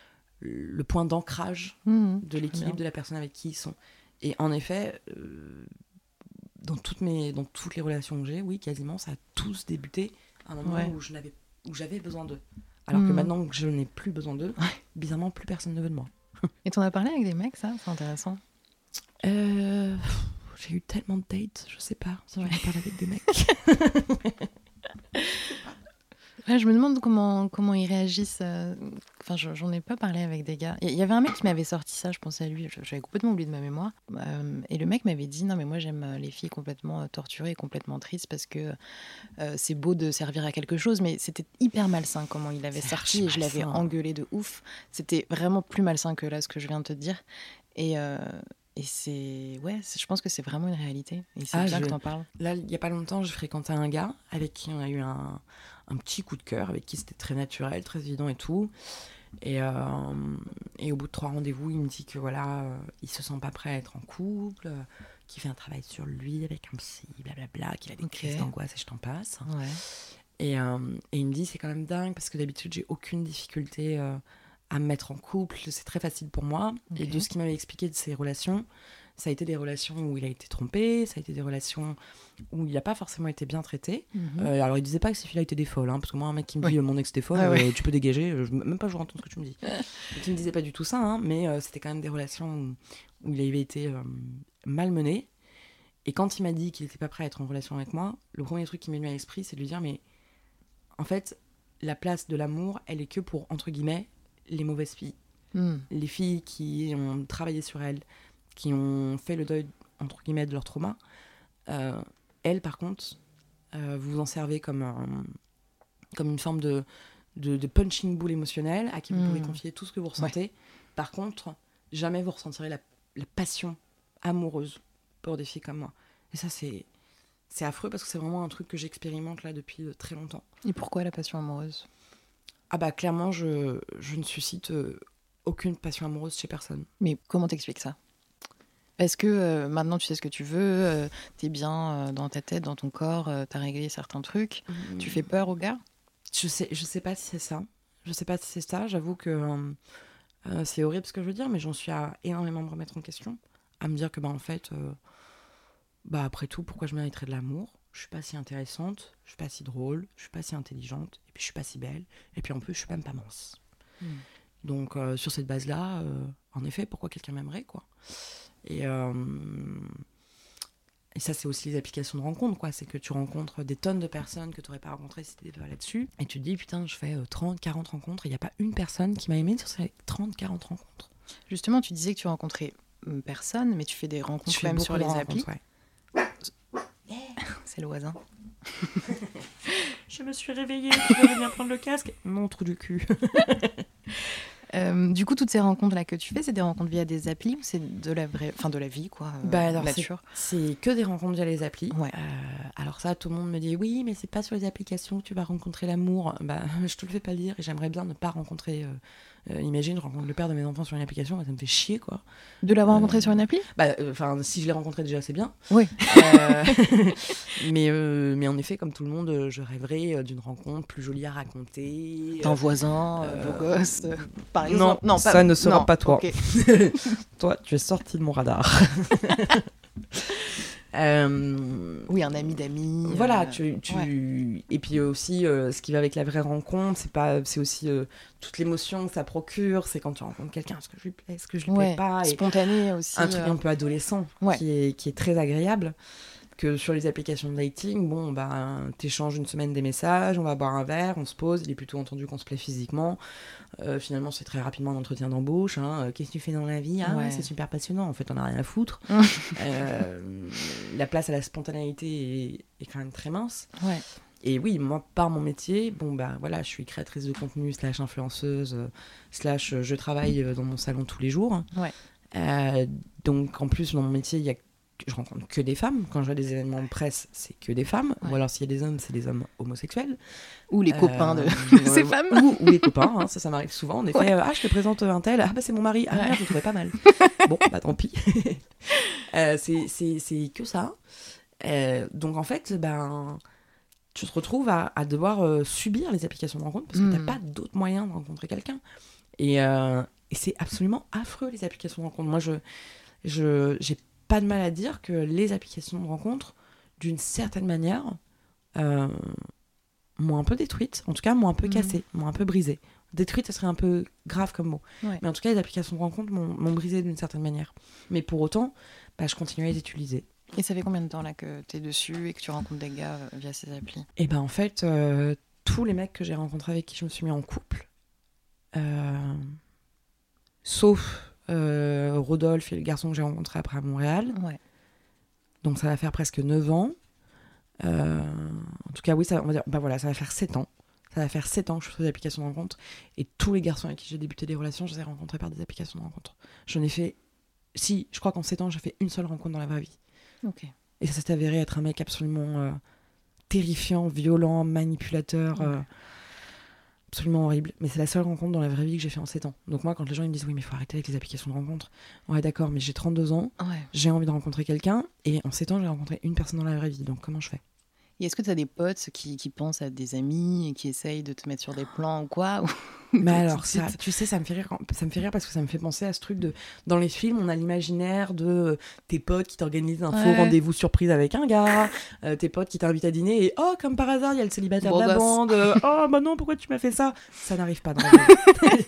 le point d'ancrage mmh. de l'équilibre de la personne avec qui ils sont. Et en effet, euh, dans, toutes mes, dans toutes les relations que j'ai, oui, quasiment, ça a tous débuté à un moment ouais. où, je n'avais, où j'avais besoin d'eux. Alors mmh. que maintenant que je n'ai plus besoin d'eux, ouais. bizarrement, plus personne ne veut de moi. Et t'en as parlé avec des mecs, ça ? C'est intéressant. Euh, j'ai eu tellement de dates, je sais pas si ouais. j'en ai parlé avec des mecs. Ouais, je me demande comment, comment ils réagissent. Euh... Enfin, je, j'en ai pas parlé avec des gars. Il y, y avait un mec qui m'avait sorti ça, je pensais à lui. Je, j'avais complètement oublié de ma mémoire. Euh, et le mec m'avait dit, non, mais moi, j'aime les filles complètement torturées et complètement tristes parce que euh, c'est beau de servir à quelque chose, mais c'était hyper malsain comment il avait c'est sorti et je l'avais engueulé de ouf. C'était vraiment plus malsain que là, ce que je viens de te dire. Et... Euh... Et c'est... Ouais, c'est... je pense que c'est vraiment une réalité. Et c'est ah, bien je... que t'en parles. Là, il n'y a pas longtemps, j'ai fréquenté un gars avec qui on a eu un, un petit coup de cœur, avec qui c'était très naturel, très évident et tout. Et, euh, et au bout de trois rendez-vous, il me dit que voilà, euh, il se sent pas prêt à être en couple, euh, qu'il fait un travail sur lui avec un psy, blablabla, qu'il a des okay. crises d'angoisse et je t'en passe. Ouais. Et, euh, et il me dit, c'est quand même dingue parce que d'habitude, j'ai aucune difficulté... Euh, à me mettre en couple, c'est très facile pour moi. Okay. Et de ce qu'il m'avait expliqué de ses relations, ça a été des relations où il a été trompé, ça a été des relations où il n'a pas forcément été bien traité. Mm-hmm. Euh, alors, il disait pas que ces filles-là étaient des folles, hein, parce que moi, un mec qui me dit oui. « mon ex était folle, ah, euh, oui. tu peux dégager », je, même pas je veux entendre ce que tu me dis. Donc, il me disait pas du tout ça, hein, mais euh, c'était quand même des relations où, où il avait été euh, malmené. Et quand il m'a dit qu'il n'était pas prêt à être en relation avec moi, le premier truc qui m'est venu à l'esprit, c'est de lui dire « mais en fait, la place de l'amour, elle est que pour, entre guillemets, les mauvaises filles, mm. les filles qui ont travaillé sur elles, qui ont fait le deuil, entre guillemets, de leur trauma, euh, elles, par contre, euh, vous vous en servez comme, un, comme une forme de, de, de punching ball émotionnel à qui vous mm. pouvez confier tout ce que vous ressentez. Ouais. Par contre, jamais vous ressentirez la, la passion amoureuse pour des filles comme moi. Et ça, c'est, c'est affreux parce que c'est vraiment un truc que j'expérimente là depuis très longtemps. Et pourquoi la passion amoureuse ? Ah bah clairement, je, je ne suscite euh, aucune passion amoureuse chez personne. Mais comment t'expliques ça ? Est-ce que euh, maintenant tu sais ce que tu veux, euh, t'es bien euh, dans ta tête, dans ton corps, euh, t'as réglé certains trucs, mmh. tu fais peur aux gars ? Je sais, je sais pas si c'est ça. Je sais pas si c'est ça. J'avoue que euh, c'est horrible ce que je veux dire, mais j'en suis à énormément me remettre en question, à me dire que bah en fait, euh, bah après tout, pourquoi je mériterais de l'amour ? Je suis pas si intéressante, je suis pas si drôle, je suis pas si intelligente, et puis je suis pas si belle, et puis en plus je suis même pas mince. Mm. Donc euh, sur cette base-là, euh, en effet, pourquoi quelqu'un m'aimerait, quoi. Et, euh, et ça, c'est aussi les applications de rencontres, quoi. C'est que tu rencontres des tonnes de personnes que tu n'aurais pas rencontrées si tu n'étais pas là-dessus, et tu te dis, putain, je fais euh, trente, quarante rencontres, et il n'y a pas une personne qui m'a aimée sur ces trente, quarante rencontres. Justement, tu disais que tu rencontrais personne, mais tu fais des rencontres tu quand même sur les applis. Ouais. C'est le voisin. Je me suis réveillée, tu veux venir prendre le casque ? Non, trou du cul. euh, du coup, toutes ces rencontres-là que tu fais, c'est des rencontres via des applis ou c'est de la vraie, enfin de la vie, quoi, euh, bah alors nature ? c'est, c'est que des rencontres via les applis. Ouais. Euh, alors ça, tout le monde me dit oui, mais c'est pas sur les applications que tu vas rencontrer l'amour. Bah, je te le fais pas dire et j'aimerais bien ne pas rencontrer. Euh, euh, imagine, je rencontre le père de mes enfants sur une application, bah, ça me fait chier, quoi. De l'avoir euh, rencontré sur une appli ? Bah, enfin, euh, si je l'ai rencontré déjà, c'est bien. Oui. Euh, mais, euh, mais en effet, comme tout le monde, je rêverais d'une rencontre plus jolie à raconter. D'un voisin, euh, beau gosse, euh, par exemple. Non, non pas, ça ne sera non, pas toi. Okay. Toi, tu es sorti de mon radar. Euh, oui, un ami d'amis. Voilà, euh, tu, tu... Ouais. Et puis aussi, euh, ce qui va avec la vraie rencontre, c'est, pas... c'est aussi euh, toute l'émotion que ça procure. C'est quand tu rencontres quelqu'un, est-ce que je lui plais, est-ce que je lui ouais, plais pas. Et spontané aussi. Un truc euh... un peu adolescent, ouais. qui, est, qui est très agréable. Que sur les applications de dating, bon, bah, t'échanges une semaine des messages, on va boire un verre, on se pose, il est plutôt entendu qu'on se plaît physiquement. Euh, finalement, c'est très rapidement un entretien d'embauche. Hein. Qu'est-ce que tu fais dans la vie ? Ah, ouais. C'est super passionnant. En fait, on n'a rien à foutre. euh, la place à la spontanéité est, est quand même très mince. Ouais. Et oui, moi, par mon métier, bon, bah, voilà, je suis créatrice de contenu, slash influenceuse, euh, slash je travaille dans mon salon tous les jours. Ouais. Euh, donc, en plus, dans mon métier, il y a je rencontre que des femmes. Quand je vois des événements de presse, c'est que des femmes. Ouais. Ou alors s'il y a des hommes, c'est des hommes homosexuels. Ou les euh, copains de ces femmes. Ou, ou les copains, hein, ça, ça m'arrive souvent. En effet, ouais. euh, ah, je te présente un tel. Ah, bah c'est mon mari. Ah, ouais. merde, je le trouvais pas mal. Bon, bah tant pis. euh, c'est, c'est, c'est que ça. Euh, donc en fait, ben, tu te retrouves à, à devoir euh, subir les applications de rencontre parce que mmh. t'as pas d'autre moyen de rencontrer quelqu'un. Et, euh, et c'est absolument affreux, les applications de rencontre. Moi, je, je, j'ai pas de mal à dire que les applications de rencontre, d'une certaine manière, euh, m'ont un peu détruite. En tout cas, m'ont un peu mmh. cassée, m'ont un peu brisée. Détruite, ça serait un peu grave comme mot. Ouais. Mais en tout cas, les applications de rencontre m'ont, m'ont brisée d'une certaine manière. Mais pour autant, bah, je continue à les utiliser. Et ça fait combien de temps là que t'es dessus et que tu rencontres des gars euh, via ces applis ? Et ben en fait, euh, tous les mecs que j'ai rencontrés avec qui je me suis mis en couple, euh, sauf euh, Rodolphe et le garçon que j'ai rencontré après à Montréal. Ouais. Donc ça va faire presque neuf ans. Euh, en tout cas, oui, ça, on va dire, bah voilà, ça va faire sept ans. Ça va faire sept ans que je fais des applications de rencontre. Et tous les garçons avec qui j'ai débuté des relations, je les ai rencontrés par des applications de rencontre. Je n'ai fait... Si, je crois qu'en sept ans, j'ai fait une seule rencontre dans la vraie vie. Okay. Et ça s'est avéré être un mec absolument euh, terrifiant, violent, manipulateur... Okay. Euh, absolument horrible, mais c'est la seule rencontre dans la vraie vie que j'ai fait en sept ans. Donc moi, quand les gens ils me disent oui mais il faut arrêter avec les applications de rencontre, ouais d'accord, mais j'ai trente-deux ans, ouais. j'ai envie de rencontrer quelqu'un, et en sept ans j'ai rencontré une personne dans la vraie vie, donc comment je fais ? Et est-ce que tu as des potes qui, qui pensent à des amis et qui essayent de te mettre sur des plans ou quoi ? Mais alors, ça, tu sais, ça me fait rire, ça me fait rire parce que ça me fait penser à ce truc de... Dans les films, on a l'imaginaire de euh, tes potes qui t'organisent un ouais. faux rendez-vous surprise avec un gars, euh, tes potes qui t'invitent à dîner et oh, comme par hasard, il y a le célibataire bon, de la gosse. bande, euh, oh, bah non, pourquoi tu m'as fait ça ? Ça n'arrive pas dans la vie.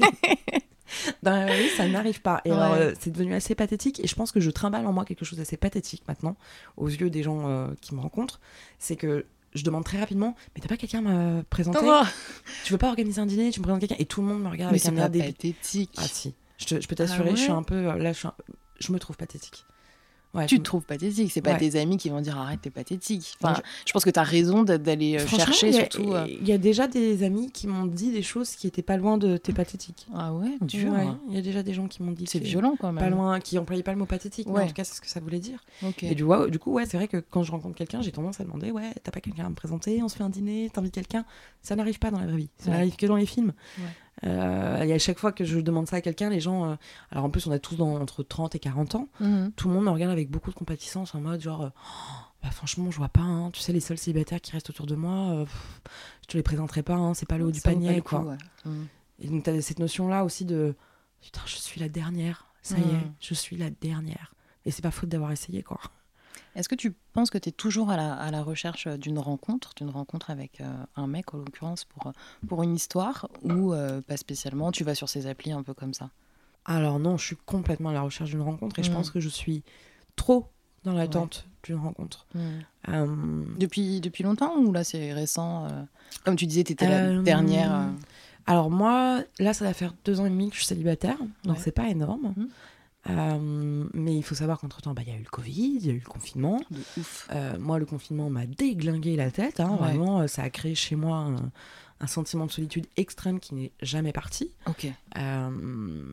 Dans la vie, ça n'arrive pas. Et ouais. alors, euh, c'est devenu assez pathétique. Et je pense que je trimballe en moi quelque chose d'assez pathétique maintenant, aux yeux des gens euh, qui me rencontrent. C'est que je demande très rapidement, mais t'as pas quelqu'un à me présenter ? oh Tu veux pas organiser un dîner ? Tu me présentes quelqu'un ? Et tout le monde me regarde mais avec un air débile. C'est pathétique. Ah si, je, te, je peux t'assurer, ah ouais je suis un peu... Là, je, suis un, je me trouve pathétique. Ouais, tu te trouves pathétique, c'est pas ouais. tes amis qui vont dire arrête, t'es pathétique. Enfin, je... je pense que t'as raison d'aller chercher, y a, surtout. Il euh... y a déjà des amis qui m'ont dit des choses qui étaient pas loin de t'es pathétique. Ah ouais, dur. Ouais, il y a déjà des gens qui m'ont dit. C'est violent quand même. Pas loin, qui employaient pas le mot pathétique, ouais. mais en tout cas c'est ce que ça voulait dire. Okay. Et du, ouais, du coup, ouais, c'est vrai que quand je rencontre quelqu'un, j'ai tendance à demander ouais, t'as pas quelqu'un à me présenter, on se fait un dîner, t'invites quelqu'un. Ça n'arrive pas dans la vraie vie, ça ouais. n'arrive que dans les films. Ouais. Euh, et à chaque fois que je demande ça à quelqu'un, les gens... Euh, alors en plus, on a tous dans, entre trente et quarante ans. Mm-hmm. Tout le monde me regarde avec beaucoup de compatissance, en mode genre... Oh, bah franchement, je vois pas, hein. Tu sais, les seuls célibataires qui restent autour de moi, euh, pff, je te les présenterai pas, hein. C'est pas le haut du panier, coup, quoi. Ouais. Mm. Et donc, t'as cette notion-là aussi de... Putain, je suis la dernière. Ça mm. y est, je suis la dernière. Et c'est pas faute d'avoir essayé, quoi. Est-ce que tu penses que tu es toujours à la, à la recherche d'une rencontre, d'une rencontre avec euh, un mec, en l'occurrence, pour, pour une histoire, ou euh, pas spécialement, tu vas sur ces applis un peu comme ça ? Alors non, je suis complètement à la recherche d'une rencontre, et mmh. je pense que je suis trop dans l'attente ouais. d'une rencontre. Mmh. Euh... Depuis, depuis longtemps, ou là c'est récent euh... Comme tu disais, tu étais euh... la dernière... Euh... Alors moi, là ça va faire deux ans et demi que je suis célibataire, donc ouais. c'est pas énorme. Mmh. Euh, mais il faut savoir qu'entre-temps, bah, y a eu le Covid, il y a eu le confinement. De ouf. Euh, moi, le confinement m'a déglingué la tête. Hein, ouais. Vraiment, ça a créé chez moi un, un sentiment de solitude extrême qui n'est jamais parti. Okay. Euh,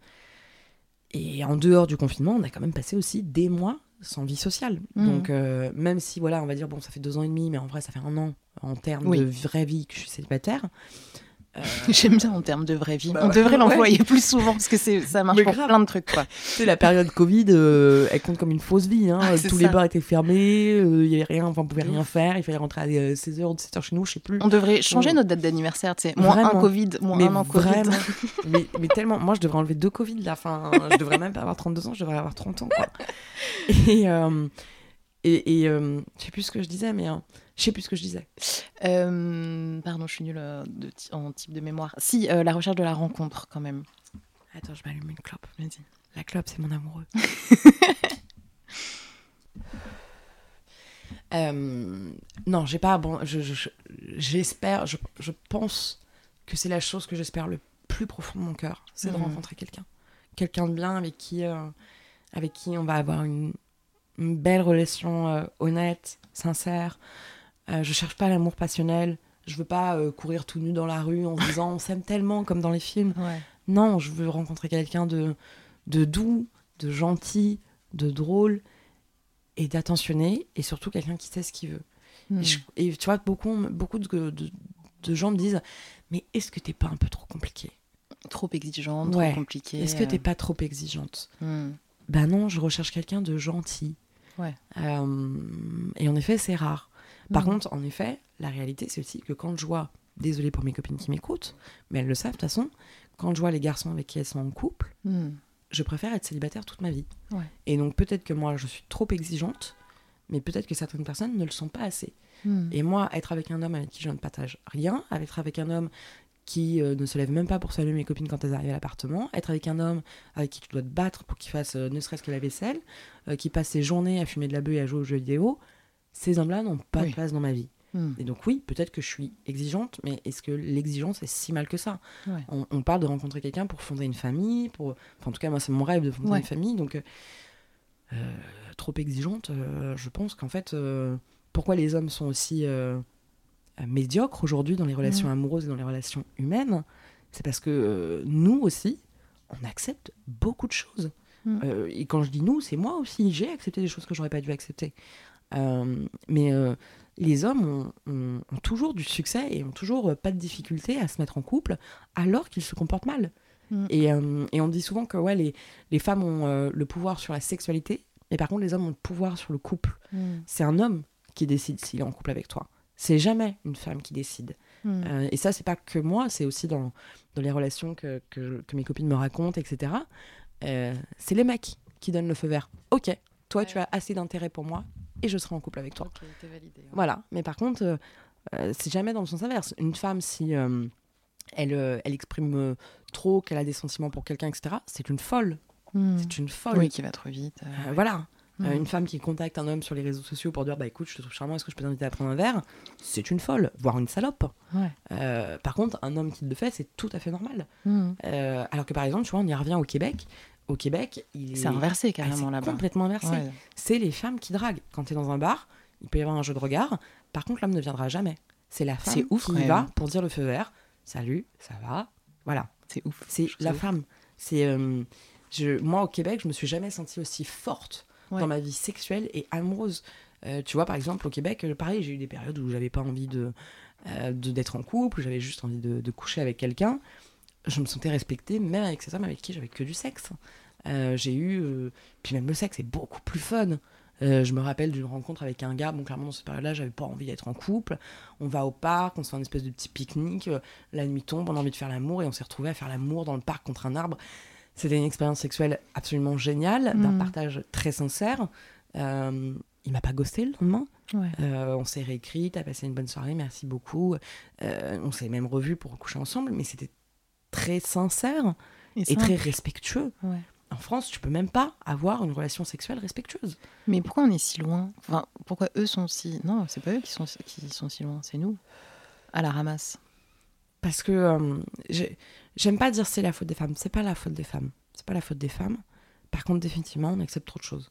et en dehors du confinement, on a quand même passé aussi des mois sans vie sociale. Mmh. Donc, euh, même si, voilà, on va dire, bon, ça fait deux ans et demi, mais en vrai, ça fait un an en termes oui. de vraie vie que je suis célibataire. Euh... J'aime bien en termes de vraie vie. Bah, on ouais, devrait l'employer ouais. plus souvent parce que c'est, ça marche mais pour grave. Plein de trucs. Quoi. C'est la période Covid, euh, elle compte comme une fausse vie. Hein. Ah, tous ça. Les bars étaient fermés, il euh, y avait rien, enfin, on pouvait rien faire. Il fallait rentrer à euh, seize heures ou dix-sept heures chez nous, je sais plus. On devrait changer ouais. notre date d'anniversaire, tu sais. Moins vraiment. Un Covid, moins mais un an Covid. Vraiment. mais, mais tellement, moi je devrais enlever deux Covid là. Enfin, je devrais même pas avoir trente-deux ans, je devrais avoir trente ans. Quoi. Et euh, et, et euh, je sais plus ce que je disais, mais. Euh, Je sais plus ce que je disais. Euh, pardon, je suis nulle euh, de t- en type de mémoire. Si, euh, la recherche de la rencontre, quand même. Attends, je m'allume une clope. Vas-y. La clope, c'est mon amoureux. euh, non, j'ai pas... Bon, je, je, je, j'espère, je, je pense que c'est la chose que j'espère le plus profond de mon cœur. C'est mmh. de rencontrer quelqu'un. Quelqu'un de bien avec qui, euh, avec qui on va avoir une, une belle relation euh, honnête, sincère. Euh, je cherche pas l'amour passionnel, je veux pas euh, courir tout nu dans la rue en se disant on s'aime tellement comme dans les films. Ouais. Non, je veux rencontrer quelqu'un de, de doux, de gentil, de drôle et d'attentionné, et surtout quelqu'un qui sait ce qu'il veut. Mmh. Et, je, et tu vois, beaucoup, beaucoup de, de, de gens me disent « Mais est-ce que t'es pas un peu trop compliquée ?» Trop exigeante, ouais. trop compliquée. Est-ce que t'es pas trop exigeante ? mmh. Ben non, je recherche quelqu'un de gentil. Ouais. Euh, et en effet, c'est rare. Par mmh. contre, en effet, la réalité, c'est aussi que quand je vois, désolée pour mes copines qui m'écoutent, mais elles le savent de toute façon, quand je vois les garçons avec qui elles sont en couple, mmh. je préfère être célibataire toute ma vie. Ouais. Et donc peut-être que moi, je suis trop exigeante, mais peut-être que certaines personnes ne le sont pas assez. Mmh. Et moi, être avec un homme avec qui je ne partage rien, être avec un homme qui euh, ne se lève même pas pour saluer mes copines quand elles arrivent à l'appartement, être avec un homme avec qui tu dois te battre pour qu'il fasse euh, ne serait-ce que la vaisselle, euh, qui passe ses journées à fumer de la beuh et à jouer aux jeux vidéo, ces hommes-là n'ont pas oui. de place dans ma vie. Mmh. Et donc oui, peut-être que je suis exigeante, mais est-ce que l'exigence est si mal que ça ? Ouais. on, on parle de rencontrer quelqu'un pour fonder une famille, pour... enfin, en tout cas moi c'est mon rêve de fonder ouais. une famille, donc euh, trop exigeante, euh, je pense qu'en fait, euh, pourquoi les hommes sont aussi euh, médiocres aujourd'hui dans les relations mmh. amoureuses et dans les relations humaines, c'est parce que euh, nous aussi, on accepte beaucoup de choses. Mmh. Euh, et quand je dis nous, c'est moi aussi, j'ai accepté des choses que j'aurais pas dû accepter. Euh, mais euh, les hommes ont, ont, ont toujours du succès et ont toujours euh, pas de difficulté à se mettre en couple alors qu'ils se comportent mal. Mm. Et, euh, et on dit souvent que ouais, les, les femmes ont euh, le pouvoir sur la sexualité, mais par contre les hommes ont le pouvoir sur le couple. Mm. C'est un homme qui décide s'il est en couple avec toi. C'est jamais une femme qui décide. Mm. Euh, et ça, c'est pas que moi, c'est aussi dans, dans les relations que, que, que mes copines me racontent, et cetera. Euh, c'est les mecs qui donnent le feu vert. Ok, toi ouais. tu as assez d'intérêt pour moi, et je serai en couple avec toi. Ok, t'es validé. Ouais. Voilà, mais par contre, euh, euh, c'est jamais dans le sens inverse. Une femme, si euh, elle, euh, elle exprime euh, trop, qu'elle a des sentiments pour quelqu'un, et cetera, c'est une folle. Mmh. C'est une folle. Oui, qui va trop vite. Euh, euh, voilà. Mmh. Euh, une femme qui contacte un homme sur les réseaux sociaux pour dire bah écoute, je te trouve charmant, est-ce que je peux t'inviter à prendre un verre ? C'est une folle, voire une salope. Ouais. Euh, par contre, un homme qui le fait, c'est tout à fait normal. Mmh. Euh, alors que par exemple, tu vois, on y revient au Québec. Au Québec, il est... c'est inversé carrément ah, c'est là-bas. Complètement inversé. Ouais. C'est les femmes qui draguent. Quand t'es dans un bar, il peut y avoir un jeu de regard. Par contre, l'homme ne viendra jamais. C'est la femme c'est ouf, qui y va pour dire le feu vert. Salut, ça va. Voilà. C'est ouf. C'est la ouf. femme. C'est euh, je... moi au Québec, je me suis jamais sentie aussi forte ouais. dans ma vie sexuelle et amoureuse. Euh, tu vois, par exemple, au Québec, pareil, j'ai eu des périodes où j'avais pas envie de, euh, de d'être en couple, où j'avais juste envie de, de coucher avec quelqu'un. Je me sentais respectée, même avec ces hommes avec qui j'avais que du sexe. Euh, j'ai eu euh... puis même le sexe est beaucoup plus fun. Euh, je me rappelle d'une rencontre avec un gars, bon clairement dans cette période-là j'avais pas envie d'être en couple, on va au parc, on se fait un espèce de petit pique-nique, euh, la nuit tombe, on a envie de faire l'amour et on s'est retrouvés à faire l'amour dans le parc contre un arbre. C'était une expérience sexuelle absolument géniale, mmh. d'un partage très sincère. Euh, il m'a pas ghosté le lendemain. Ouais. Euh, on s'est réécrit, t'as passé une bonne soirée, merci beaucoup. Euh, on s'est même revus pour coucher ensemble, mais c'était très sincère et, et très respectueux. Ouais. En France, tu peux même pas avoir une relation sexuelle respectueuse. Mais pourquoi on est si loin ? Enfin, pourquoi eux sont si... Non, c'est pas eux qui sont, qui sont si loin, c'est nous, à la ramasse. Parce que euh, j'ai... j'aime pas dire c'est la faute des femmes. C'est pas la faute des femmes. C'est pas la faute des femmes. Par contre, définitivement, on accepte trop de choses.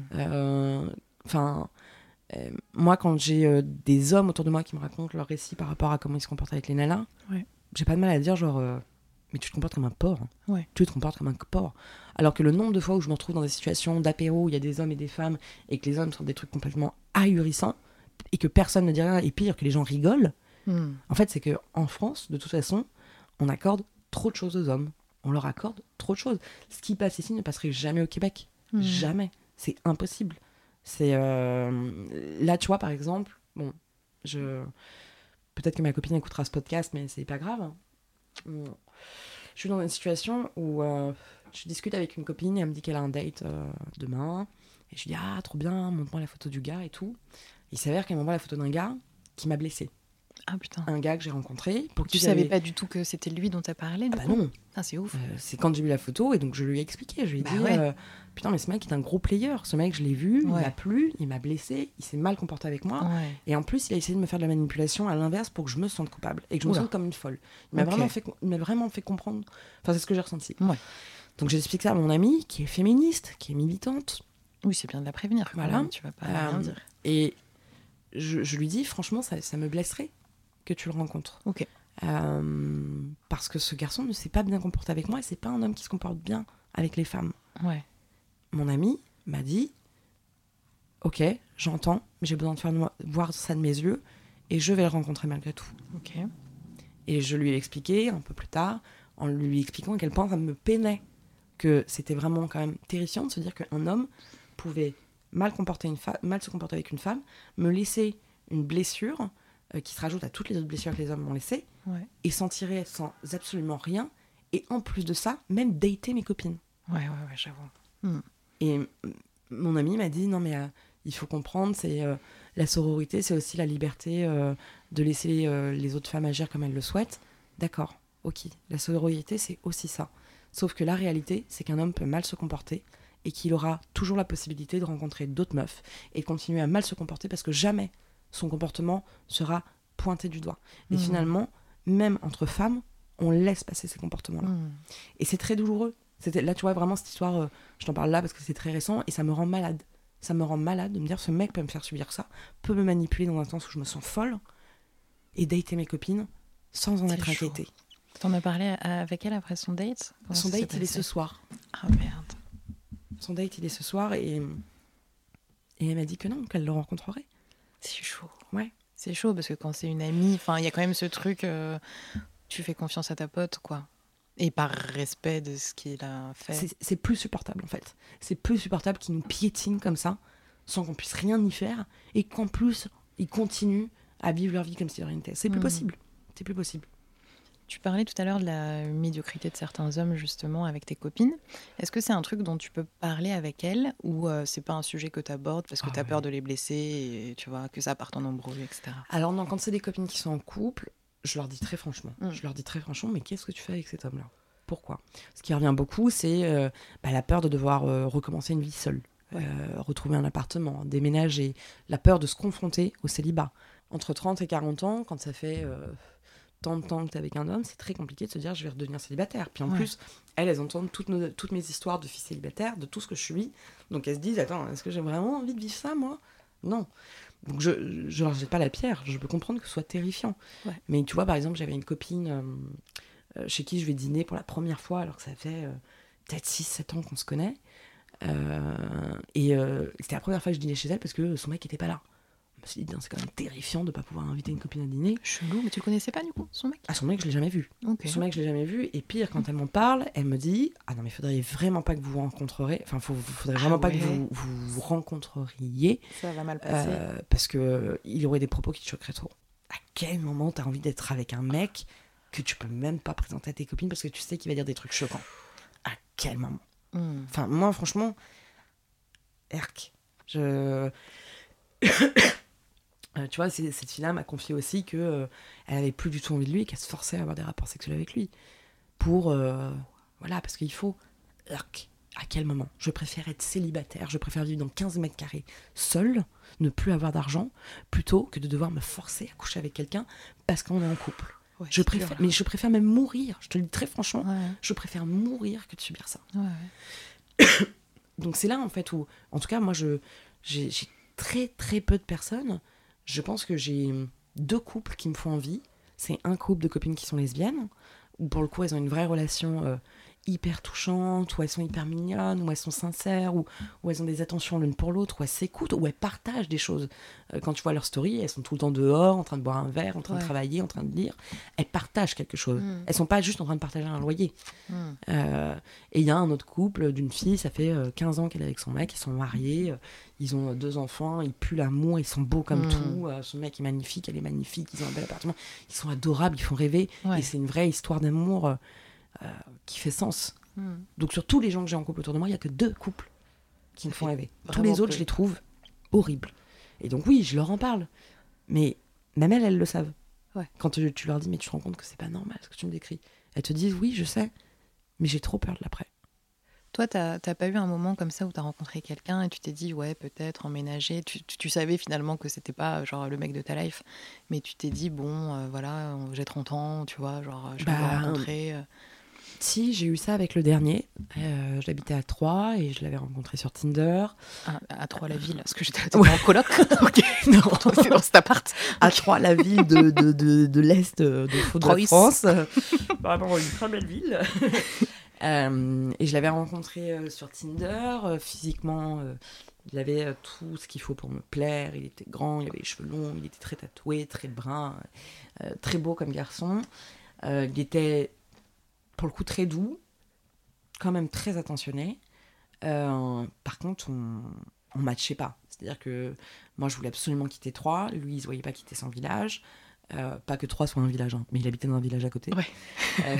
Enfin, mmh. euh, euh, moi, quand j'ai euh, des hommes autour de moi qui me racontent leur récit par rapport à comment ils se comportent avec les nanas, ouais. j'ai pas de mal à dire genre... Euh, mais tu te comportes comme un porc. Ouais. Tu te comportes comme un porc. Alors que le nombre de fois où je me retrouve dans des situations d'apéro où il y a des hommes et des femmes et que les hommes sortent des trucs complètement ahurissants et que personne ne dit rien et pire que les gens rigolent, mm. en fait, c'est qu'en France, de toute façon, on accorde trop de choses aux hommes. On leur accorde trop de choses. Ce qui passe ici ne passerait jamais au Québec. Mm. Jamais. C'est impossible. C'est euh... Là, tu vois, par exemple, bon, je... peut-être que ma copine écoutera ce podcast, mais c'est pas grave. Bon. Je suis dans une situation où euh, je discute avec une copine et elle me dit qu'elle a un date euh, demain. Et je lui dis ah, trop bien, montre-moi la photo du gars et tout. Et il s'avère qu'elle m'envoie la photo d'un gars qui m'a blessée. Ah putain. Un gars que j'ai rencontré. Pour tu savais pas du tout que c'était lui dont t'as parlé du ah, coup bah non. Ah, c'est ouf. Euh, c'est quand j'ai vu la photo et donc je lui ai expliqué. Je lui ai bah dit ouais. euh, putain, mais ce mec est un gros player. Ce mec, je l'ai vu, ouais. il m'a plu, il m'a blessé, il s'est mal comporté avec moi. Ouais. Et en plus, il a essayé de me faire de la manipulation à l'inverse pour que je me sente coupable et que je Oula. me sente comme une folle. Il m'a, okay. vraiment fait, il m'a vraiment fait comprendre. Enfin, c'est ce que j'ai ressenti. Ouais. Donc j'explique ça à mon amie qui est féministe, qui est militante. Oui, c'est bien de la prévenir. Voilà. Même, tu vas pas euh, rien dire. Et je, je lui dis, franchement, ça, ça me blesserait que tu le rencontres. Ok. Euh, parce que ce garçon ne s'est pas bien comporté avec moi et c'est pas un homme qui se comporte bien avec les femmes. Ouais. Mon amie m'a dit ok, j'entends, mais j'ai besoin de faire voir ça de mes yeux, et je vais le rencontrer malgré tout. Ok. Et je lui ai expliqué un peu plus tard, en lui expliquant à quel point ça me peinait, que c'était vraiment quand même terrifiant de se dire qu'un homme pouvait mal, comporter une fa- mal se comporter avec une femme, me laisser une blessure euh, qui se rajoute à toutes les autres blessures que les hommes m'ont laissées, ouais. et s'en tirer sans absolument rien, et en plus de ça, même dater mes copines. Ouais, ouais, ouais, j'avoue. Mm. Et m- mon ami m'a dit, non mais euh, il faut comprendre, c'est euh, la sororité, c'est aussi la liberté euh, de laisser euh, les autres femmes agir comme elles le souhaitent. D'accord, ok, la sororité, c'est aussi ça. Sauf que la réalité, c'est qu'un homme peut mal se comporter et qu'il aura toujours la possibilité de rencontrer d'autres meufs et de continuer à mal se comporter parce que jamais son comportement sera pointé du doigt. Et mmh. finalement, même entre femmes, on laisse passer ces comportements-là. Mmh. Et c'est très douloureux. C'était, là, tu vois, vraiment, cette histoire, euh, je t'en parle là parce que c'est très récent et ça me rend malade. Ça me rend malade de me dire, ce mec peut me faire subir ça, peut me manipuler dans un sens où je me sens folle et dater mes copines sans en c'est être chaud. Inquiétée. T'en as parlé avec elle après son date ? Comment Son date, il est ce soir. Ah merde. Son date, il est ce soir et, et elle m'a dit que non, qu'elle le rencontrerait. C'est chaud. Ouais. C'est chaud parce que quand c'est une amie, enfin, il y a quand même ce truc, euh, tu fais confiance à ta pote, quoi. Et par respect de ce qu'il a fait. C'est, c'est plus supportable, en fait. C'est plus supportable qu'il nous piétine comme ça, sans qu'on puisse rien y faire, et qu'en plus, ils continuent à vivre leur vie comme si de rien n'était. C'est plus mmh. possible. C'est plus possible. Tu parlais tout à l'heure de la médiocrité de certains hommes, justement, avec tes copines. Est-ce que c'est un truc dont tu peux parler avec elles ou euh, c'est pas un sujet que tu abordes parce que oh, tu as ouais. peur de les blesser et tu vois, que ça parte en embrouille, et cetera. Alors non, quand c'est des copines qui sont en couple, je leur dis très franchement. Mm. Je leur dis très franchement, mais qu'est-ce que tu fais avec cet homme-là ? Pourquoi ? Ce qui revient beaucoup, c'est euh, bah, la peur de devoir euh, recommencer une vie seule, ouais. euh, retrouver un appartement, déménager, la peur de se confronter au célibat. Entre trente et quarante ans, quand ça fait... Euh, tant de temps que t'es avec un homme, c'est très compliqué de se dire je vais redevenir célibataire. Puis en ouais. plus, elles, elles entendent toutes, nos, toutes mes histoires de fille célibataire, de tout ce que je suis. Donc elles se disent, attends, est-ce que j'ai vraiment envie de vivre ça, moi ? Non. Donc je ne leur jette pas la pierre. Je peux comprendre que ce soit terrifiant. Ouais. Mais tu vois, par exemple, j'avais une copine euh, chez qui je vais dîner pour la première fois, alors que ça fait euh, peut-être six sept ans qu'on se connaît. Euh, et euh, c'était la première fois que je dînais chez elle parce que son mec n'était pas là. Je me suis dit, c'est quand même terrifiant de ne pas pouvoir inviter une copine à dîner. Chelou, mais tu le connaissais pas du coup, son mec ? Ah, son mec, je l'ai jamais vu. Okay. Son mec, je l'ai jamais vu. Et pire, quand elle m'en parle, elle me dit, ah non, mais il faudrait vraiment pas que vous vous rencontrerez. Enfin, il faudrait vraiment ah, pas ouais. que vous vous rencontreriez. Ça va mal passer. Euh, parce qu'il euh, y aurait des propos qui te choqueraient trop. À quel moment t'as envie d'être avec un mec que tu peux même pas présenter à tes copines parce que tu sais qu'il va dire des trucs choquants ? À quel moment ? mm. Enfin, moi, franchement, Erk, je... Euh, tu vois, c'est, cette fille-là m'a confié aussi qu'elle euh, avait plus du tout envie de lui et qu'elle se forçait à avoir des rapports sexuels avec lui. Pour, euh, voilà, parce qu'il faut... Urk, à quel moment ? Je préfère être célibataire, je préfère vivre dans quinze mètres carrés seule, ne plus avoir d'argent, plutôt que de devoir me forcer à coucher avec quelqu'un parce qu'on est en couple. Ouais, je préfère, mais je préfère même mourir, je te le dis très franchement, ouais. je préfère mourir que de subir ça. Ouais, ouais. Donc c'est là, en fait, où... En tout cas, moi, je, j'ai, j'ai très, très peu de personnes... Je pense que j'ai deux couples qui me font envie. C'est un couple de copines qui sont lesbiennes, où pour le coup, elles ont une vraie relation euh, hyper touchante, où elles sont hyper mignonnes, où elles sont sincères, où, où elles ont des attentions l'une pour l'autre, où elles s'écoutent, où elles partagent des choses. Euh, quand tu vois leur story, elles sont tout le temps dehors, en train de boire un verre, en train ouais. de travailler, en train de lire. Elles partagent quelque chose. Mm. Elles sont pas juste en train de partager un loyer. Mm. Euh, et il y a un autre couple d'une fille, ça fait euh, quinze ans qu'elle est avec son mec, ils sont mariés, euh, ils ont deux enfants, ils puent l'amour, ils sont beaux comme mmh. tout. Euh, son mec est magnifique, elle est magnifique, ils ont un bel appartement. Ils sont adorables, ils font rêver. Ouais. Et c'est une vraie histoire d'amour euh, euh, qui fait sens. Mmh. Donc sur tous les gens que j'ai en couple autour de moi, il n'y a que deux couples qui me font rêver. Tous les autres, peu. Je les trouve horribles. Et donc oui, je leur en parle. Mais même elles, elles le savent. Ouais. Quand tu, tu leur dis, mais tu te rends compte que c'est pas normal ce que tu me décris. Elles te disent, oui, je sais, mais j'ai trop peur de l'après. Toi, t'as, t'as pas eu un moment comme ça où t'as rencontré quelqu'un et tu t'es dit, ouais, peut-être emménager. Tu, tu, tu savais finalement que c'était pas genre le mec de ta life, mais tu t'es dit, bon, euh, voilà, j'ai trente ans, tu vois, genre, je vais bah, le rencontrer. Euh... Si, j'ai eu ça avec le dernier. Euh, j'habitais à Troyes et je l'avais rencontré sur Tinder. Ah, à Troyes, la ville, parce que j'étais ouais. en coloc. Ok, non, c'est dans cet appart. À Troyes, la ville de, de, de, de l'Est de, de, de la France. Vraiment une très belle ville. Euh, et je l'avais rencontré euh, sur Tinder, euh, physiquement, euh, Il avait euh, tout ce qu'il faut pour me plaire. Il était grand, il avait les cheveux longs, il était très tatoué, très brun, euh, très beau comme garçon. Euh, il était, pour le coup, très doux, quand même très attentionné. Euh, par contre, on on matchait pas. C'est-à-dire que moi, je voulais absolument quitter Troyes. Lui, il se voyait pas quitter son village. Euh, pas que Troyes soit un village, hein, mais il habitait dans un village à côté. Ouais. euh,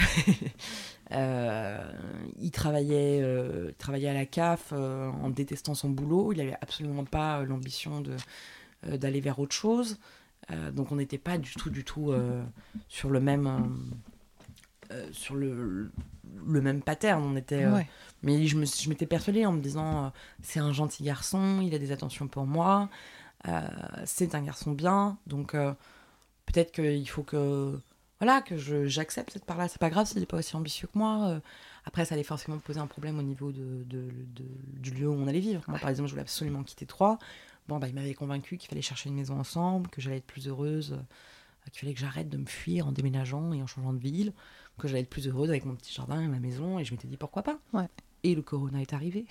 euh, il, travaillait, euh, il travaillait à la C A F euh, en détestant son boulot. Il n'avait absolument pas euh, l'ambition de, euh, d'aller vers autre chose. Euh, donc on n'était pas du tout, du tout euh, sur le même... Euh, euh, sur le, le même pattern. On était, euh, Ouais. mais je, me, je m'étais persuadée en me disant euh, c'est un gentil garçon, il a des attentions pour moi, euh, c'est un garçon bien, donc... Euh, peut-être qu'il faut que, voilà, que je, j'accepte cette part-là. C'est pas grave s'il n'est pas aussi ambitieux que moi. Euh, après, ça allait forcément poser un problème au niveau de, de, de, du lieu où on allait vivre. Moi, par exemple, je voulais absolument quitter Troyes. Bon, bah, il m'avait convaincu qu'il fallait chercher une maison ensemble, que j'allais être plus heureuse, euh, qu'il fallait que j'arrête de me fuir en déménageant et en changeant de ville, que j'allais être plus heureuse avec mon petit jardin et ma maison. Et je m'étais dit, pourquoi pas. Ouais. Et le corona est arrivé.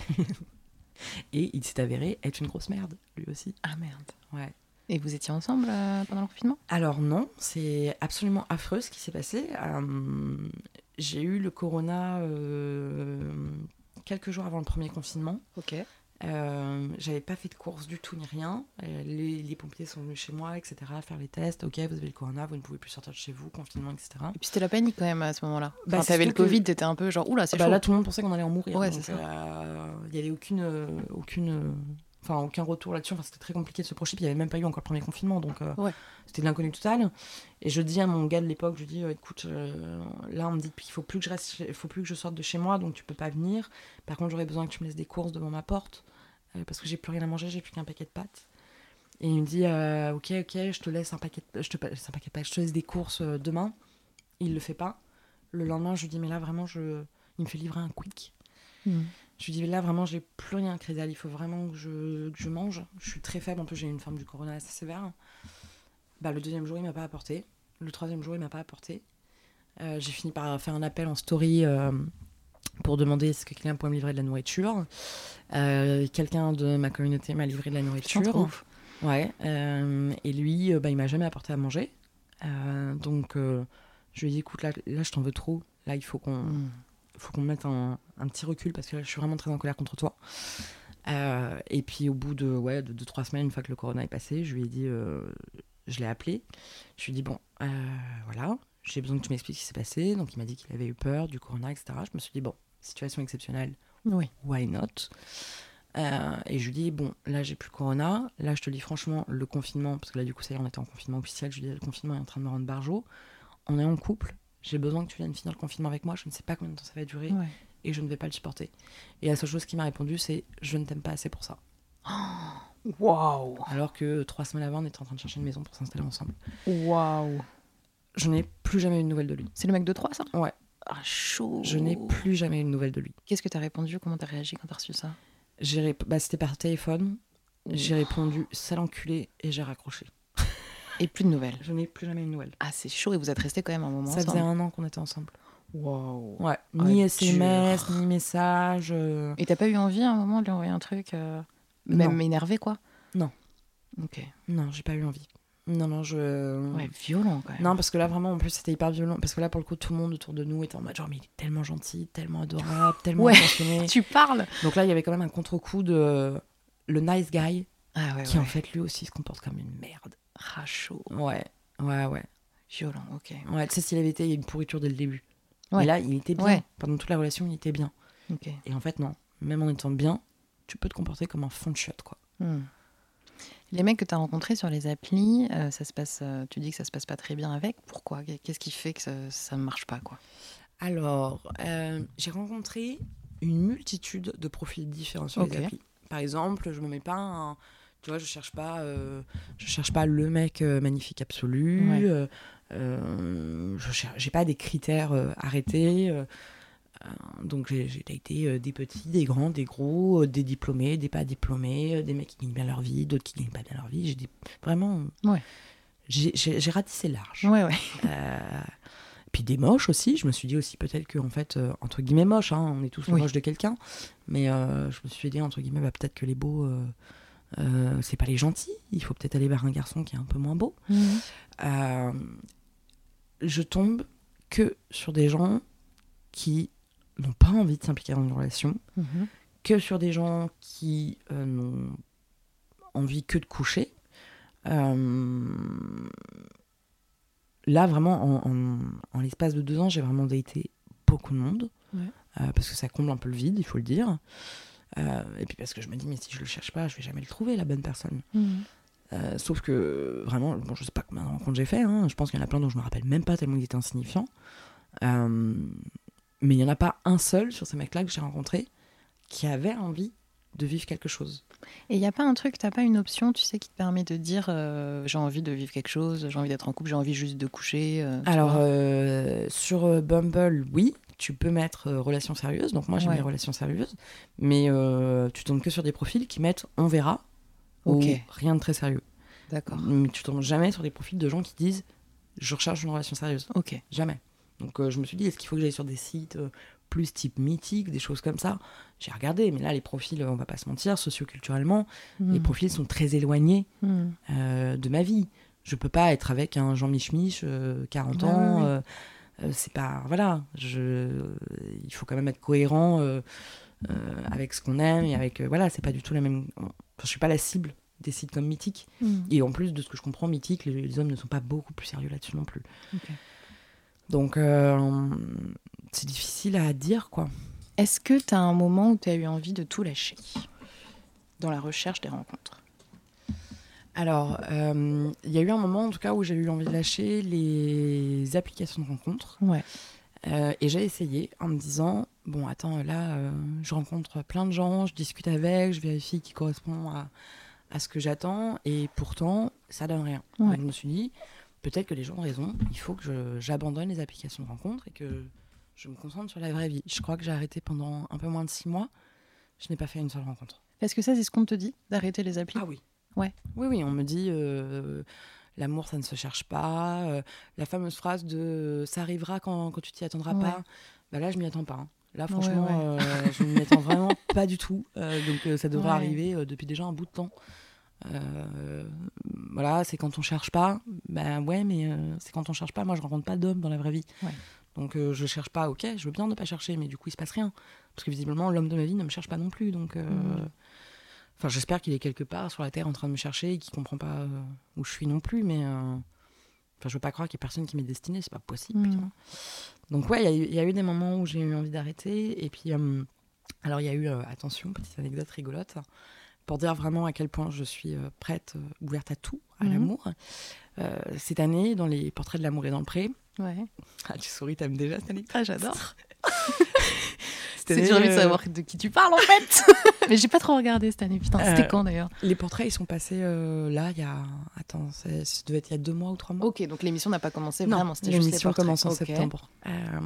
Et il s'est avéré être une grosse merde, lui aussi. Ah merde. Ouais. Et vous étiez ensemble euh, pendant le confinement ? Alors non, c'est absolument affreux ce qui s'est passé. Euh, j'ai eu le corona euh, quelques jours avant le premier confinement. Ok. Euh, j'avais pas fait de course du tout ni rien. Euh, les, les pompiers sont venus chez moi, et cetera, faire les tests. Ok, vous avez le corona, vous ne pouvez plus sortir de chez vous, confinement, et cetera. Et puis c'était la panique quand même à ce moment-là. Bah, Enfin, t'avais le que... Covid, t'étais un peu genre oula, c'est bah, chaud. Là, tout le monde pensait qu'on allait en mourir. Ouais, donc, c'est ça. Euh, il y avait aucune, euh, aucune, euh, enfin aucun retour là-dessus. Enfin, c'était très compliqué de se projeter. Puis il y avait même pas eu encore le premier confinement, donc euh, Ouais. c'était de l'inconnu total. Et je dis à mon gars de l'époque, je dis, euh, écoute, euh, là on me dit qu'il faut plus que je reste, il faut plus que je sorte de chez moi, donc tu peux pas venir. Par contre, j'aurais besoin que tu me laisses des courses devant ma porte. Euh, parce que j'ai plus rien à manger, j'ai plus qu'un paquet de pâtes. Et il me dit euh, ok, ok, je te laisse un paquet de, je te laisse un paquet de pâtes, je te laisse des courses euh, demain. Il le fait pas. Le lendemain, je lui dis mais là vraiment, je... il me fait livrer un quick. Mmh. Je lui dis là vraiment, j'ai plus rien à crédit, il faut vraiment que je, que je mange. Je suis très faible, en plus j'ai une forme du corona assez sévère. Bah, le deuxième jour, il m'a pas apporté. Le troisième jour, il m'a pas apporté. Euh, j'ai fini par faire un appel en story. Euh, pour demander est-ce que quelqu'un pouvait me livrer de la nourriture. Euh, quelqu'un de ma communauté m'a livré de la nourriture. Ouais. Euh, et lui, euh, bah, il m'a jamais apporté à manger. Euh, donc, euh, je lui ai dit, écoute, là, là, je t'en veux trop. Là, il faut qu'on, mm. faut qu'on mette un, un petit recul parce que là, je suis vraiment très en colère contre toi. Euh, et puis, au bout de, ouais, de deux, trois semaines, une fois que le corona est passé, je lui ai dit, euh, je l'ai appelé. Je lui ai dit, bon, euh, voilà. J'ai besoin que tu m'expliques ce qui s'est passé. Donc, il m'a dit qu'il avait eu peur du corona, et cetera. Je me suis dit, bon, situation exceptionnelle, oui. Why not euh, Et je lui dis, bon, là, j'ai plus le corona. Là, je te dis franchement, le confinement, parce que là, du coup, ça y est, on était en confinement officiel. Je lui dis, le confinement est en train de me rendre barjot. On est en couple. J'ai besoin que tu viennes finir le confinement avec moi. Je ne sais pas combien de temps ça va durer. Ouais. Et je ne vais pas le supporter. Et la seule chose qui m'a répondu, c'est, je ne t'aime pas assez pour ça. Waouh. Alors que trois semaines avant, on était en train de chercher une maison pour s'installer ensemble. Waouh. Je n'ai plus jamais eu de nouvelles de lui. C'est le mec de Troyes, ça ? Ouais. Ah, chaud. Je n'ai plus jamais eu de nouvelles de lui. Qu'est-ce que t'as répondu ? Comment t'as réagi quand t'as reçu ça ? j'ai rép... bah, C'était par téléphone. Ouh. J'ai répondu « sale enculé » et j'ai raccroché. Et plus de nouvelles ? Je n'ai plus jamais eu de nouvelles. Ah, c'est chaud. Et vous êtes restés quand même un moment ça ensemble ? Ça faisait un an qu'on était ensemble. Waouh. Ouais. Ni ah, S M S, dur. ni message. Euh... Et t'as pas eu envie à un moment de lui envoyer un truc euh... Même énervé, quoi ? Non. Ok. Non, j'ai pas eu envie. Non, non, je... Ouais, violent quand même. Non, parce que là, vraiment, en plus, c'était hyper violent. Parce que là, pour le coup, tout le monde autour de nous était en mode genre, mais il est tellement gentil, tellement adorable, tellement ouais, attentionné. Tu parles. Donc là, il y avait quand même un contre-coup de euh, le nice guy, ah ouais, qui ouais. en fait, lui aussi, se comporte comme une merde. Ah, chaud. Ouais, ouais, ouais. Violent, ok. Ouais, tu sais, s'il avait été, il y a une pourriture dès le début. Ouais. Mais là, il était bien. Ouais. Pendant toute la relation, il était bien. Ok. Et en fait, non. Même en étant bien, tu peux te comporter comme un fond de chiotte, quoi. Hmm. Les mecs que tu as rencontrés sur les applis, euh, ça se passe, euh, tu dis que ça se passe pas très bien avec. Pourquoi ? Qu'est-ce qui fait que ça ne marche pas, quoi ? Alors, euh, j'ai rencontré une multitude de profils différents sur okay. les applis. Par exemple, je me mets pas un... Tu vois, je cherche pas, euh, je cherche pas le mec euh, magnifique absolu. Ouais. Euh, euh, je cherche, j'ai pas des critères euh, arrêtés. Euh, donc j'ai, j'ai daté euh, des petits, des grands, des gros, euh, des diplômés, des pas diplômés, euh, des mecs qui gagnent bien leur vie, d'autres qui gagnent pas bien leur vie. J'ai des... vraiment, ouais. j'ai, j'ai, j'ai ratissé large. Ouais, ouais. Euh, puis des moches aussi. Je me suis dit aussi peut-être que, en fait, euh, entre guillemets moches, hein, on est tous oui. moches de quelqu'un. Mais euh, je me suis dit, entre guillemets, bah, peut-être que les beaux, euh, euh, c'est pas les gentils. Il faut peut-être aller vers un garçon qui est un peu moins beau. Mmh. Euh, je tombe que sur des gens qui n'ont pas envie de s'impliquer dans une relation, mmh. que sur des gens qui euh, n'ont envie que de coucher. Euh, là, vraiment, en, en, en l'espace de deux ans, j'ai vraiment daté beaucoup de monde, ouais. euh, parce que ça comble un peu le vide, il faut le dire. Euh, et puis parce que je me dis, mais si je le cherche pas, je vais jamais le trouver, la bonne personne. Mmh. Euh, sauf que, vraiment, bon, je sais pas combien de rencontres j'ai fait, hein, je pense qu'il y en a plein dont je me rappelle même pas tellement ils étaient insignifiants. Euh, mais il y en a pas un seul sur ces mecs-là que j'ai rencontrés qui avait envie de vivre quelque chose. Et il n'y a pas un truc, t'as pas une option, tu sais, qui te permet de dire euh, j'ai envie de vivre quelque chose, j'ai envie d'être en couple, j'ai envie juste de coucher euh, Alors, euh, sur Bumble, oui, tu peux mettre euh, relation sérieuse. Donc moi, j'ai ouais. mis relation sérieuse. Mais euh, tu tombes que sur des profils qui mettent on verra okay. ou rien de très sérieux. D'accord. Mais tu tombes jamais sur des profils de gens qui disent je recherche une relation sérieuse. Ok. Jamais. Donc euh, je me suis dit, est-ce qu'il faut que j'aille sur des sites euh, plus type mythique, des choses comme ça. J'ai regardé, mais là, les profils, on va pas se mentir, socioculturellement, mmh. les profils sont très éloignés mmh. euh, de ma vie. Je peux pas être avec un Jean Mich-Mich, euh, quarante ans, oui. euh, euh, c'est pas... Voilà, je, il faut quand même être cohérent euh, euh, avec ce qu'on aime, et avec... Euh, voilà, c'est pas du tout la même... Enfin, je suis pas la cible des sites comme Mythique. Mmh. Et en plus, de ce que je comprends, Mythique, les, les hommes ne sont pas beaucoup plus sérieux là-dessus non plus. Okay. Donc... Euh, c'est difficile à dire, quoi. Est-ce que tu as un moment où tu as eu envie de tout lâcher dans la recherche des rencontres ? Alors, il euh, y a eu un moment, en tout cas, où j'ai eu envie de lâcher les applications de rencontres. Ouais. Euh, et j'ai essayé en me disant, bon, attends, là, euh, je rencontre plein de gens, je discute avec, je vérifie qui correspond à, à ce que j'attends. Et pourtant, ça donne rien. Ouais. Donc, je me suis dit, peut-être que les gens ont raison. Il faut que je, j'abandonne les applications de rencontres et que... je me concentre sur la vraie vie. Je crois que j'ai arrêté pendant un peu moins de six mois. Je n'ai pas fait une seule rencontre. Est-ce que ça, c'est ce qu'on te dit, d'arrêter les applis ? Ah oui. Ouais. Oui, oui, on me dit euh, l'amour, ça ne se cherche pas. Euh, la fameuse phrase de ça arrivera quand, quand tu t'y attendras ouais. pas. Bah là, je m'y attends pas. Hein. Là, franchement, ouais, ouais. Euh, je ne m'y attends vraiment pas du tout. Euh, donc, euh, ça devrait ouais. arriver euh, depuis déjà un bout de temps. Euh, voilà, c'est quand on cherche pas. Ben ouais, mais euh, c'est quand on cherche pas. Moi, je rencontre pas d'hommes dans la vraie vie. Ouais. Donc euh, je cherche pas, ok, je veux bien ne pas chercher, mais du coup il se passe rien. Parce que visiblement l'homme de ma vie ne me cherche pas non plus. Donc, euh... mmh. enfin, j'espère qu'il est quelque part sur la terre en train de me chercher et qu'il comprend pas euh, où je suis non plus. Mais euh... enfin, je veux pas croire qu'il y a personne qui m'est destiné, c'est pas possible. Mmh. Putain. Donc ouais, il y, y a eu des moments où j'ai eu envie d'arrêter. Et puis, euh... alors il y a eu, euh, attention, petite anecdote rigolote, pour dire vraiment à quel point je suis euh, prête, euh, ouverte à tout, à mmh. l'amour. Euh, cette année, dans les portraits de l'amour et dans le pré, ouais. Ah, tu souris, t'aimes déjà cette anecdote ? Ah, j'adore. C'est dur de savoir de qui tu parles en fait. Mais j'ai pas trop regardé cette année. Putain, c'était euh, quand d'ailleurs ? Les portraits, ils sont passés euh, là, il y a. Attends, ça devait être il y a deux mois ou trois mois. Ok, donc l'émission n'a pas commencé non, vraiment. C'était l'émission juste les commence en okay. septembre. Euh,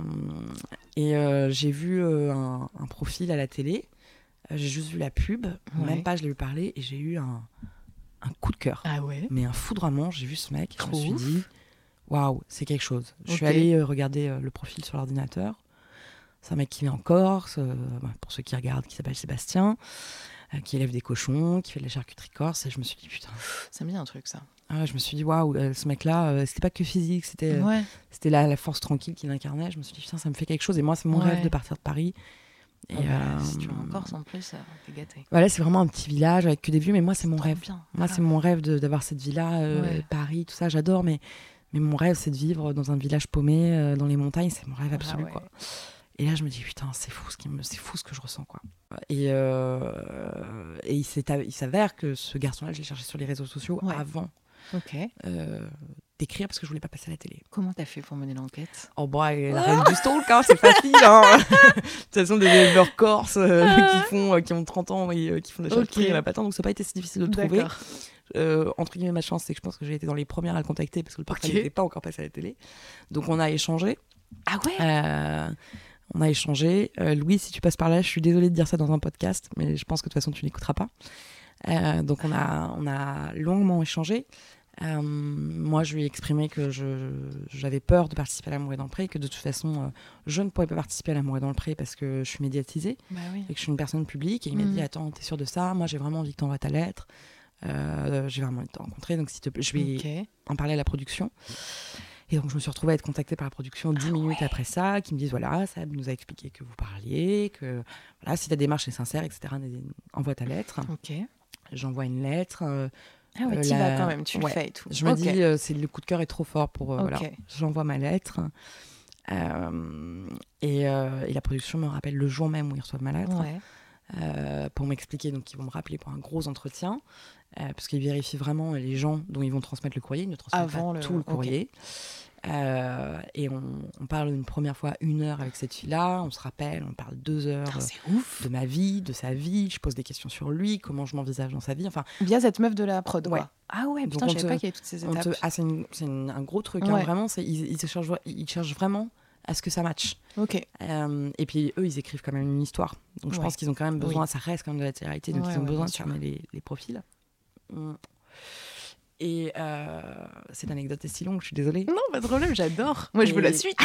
et euh, j'ai vu euh, un, un profil à la télé. Euh, j'ai juste vu la pub. Ouais. Même pas, je l'ai vu parler et j'ai eu un, un coup de cœur. Ah ouais ? Mais un foudroiement. J'ai vu ce mec. Trop je me suis dit. Waouh, c'est quelque chose. Je okay. suis allée euh, regarder euh, le profil sur l'ordinateur. C'est un mec qui vit en Corse, euh, bah, pour ceux qui regardent, qui s'appelle Sébastien, euh, qui élève des cochons, qui fait de la charcuterie corse. Et je me suis dit, putain. Ça me dit un truc, ça. Ah ouais, je me suis dit, waouh, euh, ce mec-là, euh, c'était pas que physique, c'était, ouais. euh, c'était la, la force tranquille qu'il incarnait. Je me suis dit, putain, ça me fait quelque chose. Et moi, c'est mon ouais. rêve de partir de Paris. Et oh bah, euh, si tu vas en Corse, en plus, euh, t'es gâté. Voilà, c'est vraiment un petit village avec que des vues, mais moi, c'est, c'est mon rêve. Bien. Moi, ah. c'est mon rêve de, d'avoir cette villa, euh, ouais. Paris, tout ça, j'adore, mais. Mais mon rêve, c'est de vivre dans un village paumé, euh, dans les montagnes. C'est mon rêve absolu, ah ouais. quoi. Et là, je me dis, putain, c'est fou ce, qui me... c'est fou ce que je ressens, quoi. Et, euh... et il, il s'avère que ce garçon-là, je l'ai cherché sur les réseaux sociaux ouais. avant okay. euh, d'écrire, parce que je voulais pas passer à la télé. Comment t'as fait pour mener l'enquête ? Oh, bah, la reine du stalk, hein, c'est facile, hein. De toute façon, des éleveurs corses euh, qui, font, euh, qui ont trente ans et euh, qui font de la charcuterie, il n'y en a pas tant, donc ça n'a pas été si difficile de le trouver. D'accord. Euh, entre guillemets, ma chance, c'est que je pense que j'ai été dans les premières à le contacter parce que le portrait n'était okay. pas encore passé à la télé. Donc on a échangé. Ah ouais euh, On a échangé. Euh, Louis, si tu passes par là, je suis désolée de dire ça dans un podcast, mais je pense que de toute façon tu n'écouteras pas. Euh, donc on a, on a longuement échangé. Euh, moi, je lui ai exprimé que je, j'avais peur de participer à L'amour est dans le pré, que de toute façon, euh, je ne pourrais pas participer à L'amour est dans le pré parce que je suis médiatisée Bah oui. et que je suis une personne publique. Et il Mmh. m'a dit, attends, t'es sûre de ça? Moi, j'ai vraiment envie que t'envoies ta lettre. Euh, j'ai vraiment envie de te rencontrer, donc si te... je vais Ok. en parler à la production. Et donc, je me suis retrouvée à être contactée par la production dix minutes après ça, qui me disent, voilà, Sab nous a expliqué que vous parliez, que voilà, si ta démarche est sincère, et cetera, envoie ta lettre. Ok. J'envoie une lettre. Euh, Ah ouais, euh, t'y la- vas quand même, tu ouais. le fais et tout. Je me Ok. dis, euh, c'est, le coup de cœur est trop fort pour... euh, Ok. voilà. J'envoie ma lettre. Euh, et, euh, et la production me rappelle le jour même où ils reçoivent ma lettre. Ouais. Euh, pour m'expliquer, donc ils vont me rappeler pour un gros entretien, euh, parce qu'ils vérifient vraiment les gens dont ils vont transmettre le courrier, ils ne transmettent Avant pas le- tout le ok. courrier. Euh, et on, on parle une première fois une heure avec cette fille-là, on se rappelle, on parle deux heures Putain, euh, c'est ouf. de ma vie, de sa vie, je pose des questions sur lui, comment je m'envisage dans sa vie, enfin, Via cette meuf de la prod, Ouais. quoi. Ah ouais, Donc putain, on je savais te- pas qu'il y avait toutes ces on étapes. te- ah, c'est, une- c'est une- un gros truc, hein, Ouais. vraiment, c'est, ils, ils, se cherchent, ils cherchent vraiment à ce que ça matche. Ok. Euh, et puis eux, ils écrivent quand même une histoire. Donc je Ouais. pense qu'ils ont quand même besoin, Oui. ça reste quand même de la télé-réalité, donc Ouais, ils ont ouais, besoin bien de sûr. fermer les, les profils. Mm. Et euh, cette anecdote est si longue, je suis désolée. Non, pas de problème, j'adore. Moi, je veux Et- la suite.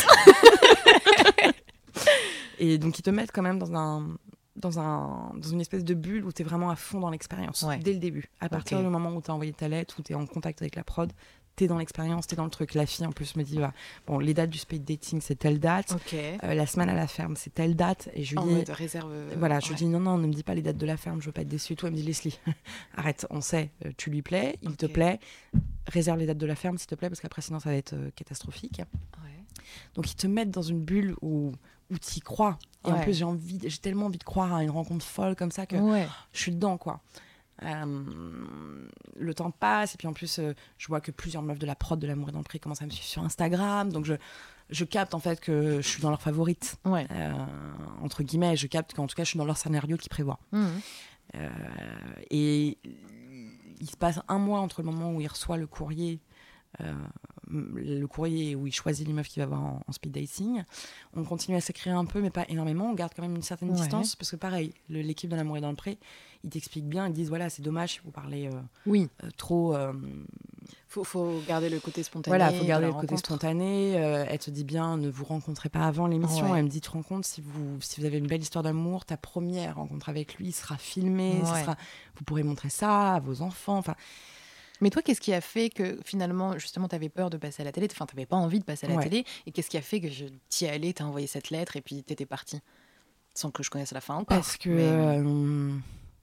Et donc ils te mettent quand même dans un dans un dans une espèce de bulle où tu es vraiment à fond dans l'expérience Ouais. dès le début. À partir Ok. du moment où tu as envoyé ta lettre, où tu es en contact avec la prod, tu es dans l'expérience, tu es dans le truc. La fille en plus me dit bah, bon, les dates du speed dating c'est telle date, Ok. euh, la semaine à la ferme c'est telle date, et je lui En dis mode réserve. euh, voilà, je lui ouais. dis non, non, ne me dis pas les dates de la ferme, je veux pas être déçue. Toi, elle me dit Leslie, arrête, on sait, euh, tu lui plais, il te Ok. plaît, réserve les dates de la ferme s'il te plaît, parce qu'après sinon ça va être euh, catastrophique. Ouais. Donc ils te mettent dans une bulle où, où tu y crois. Et en Ouais. plus, j'ai, envie, j'ai tellement envie de croire à une rencontre folle comme ça que Ouais. je suis dedans, quoi. Euh, le temps passe, et puis en plus, euh, je vois que plusieurs meufs de la prod de L'amour est dans le pré commencent à me suivre sur Instagram, donc je, je capte en fait que je suis dans leurs favorites, Ouais. euh, entre guillemets, je capte qu'en tout cas je suis dans leur scénario qu'ils prévoient. Mhm. Euh, et il se passe un mois entre le moment où il reçoit le courrier, euh, le courrier où il choisit les meufs qu'il va voir en, en speed dating. On continue à s'écrire un peu, mais pas énormément. On garde quand même une certaine Ouais. distance, parce que pareil, le- l'équipe de L'amour est dans le pré, ils t'expliquent bien, ils disent voilà, c'est dommage si vous parlez euh, Oui. euh, trop. euh, Faut, faut garder le côté spontané. voilà, il faut de garder la le côté rencontre. spontané. Euh, elle te dit bien, ne vous rencontrez pas avant l'émission. Ouais. Elle me dit, tu te rends compte, si vous, si vous avez une belle histoire d'amour, ta première rencontre avec lui sera filmée, ce Ouais. sera, vous pourrez montrer ça à vos enfants. Enfin, Mais toi, qu'est-ce qui a fait que finalement, justement, tu avais peur de passer à la télé, enfin, tu n'avais pas envie de passer à la Ouais. télé, et qu'est-ce qui a fait que je t'y allais, t'as envoyé cette lettre et puis t'étais partie sans que je connaisse la fin encore. parce que mais- euh,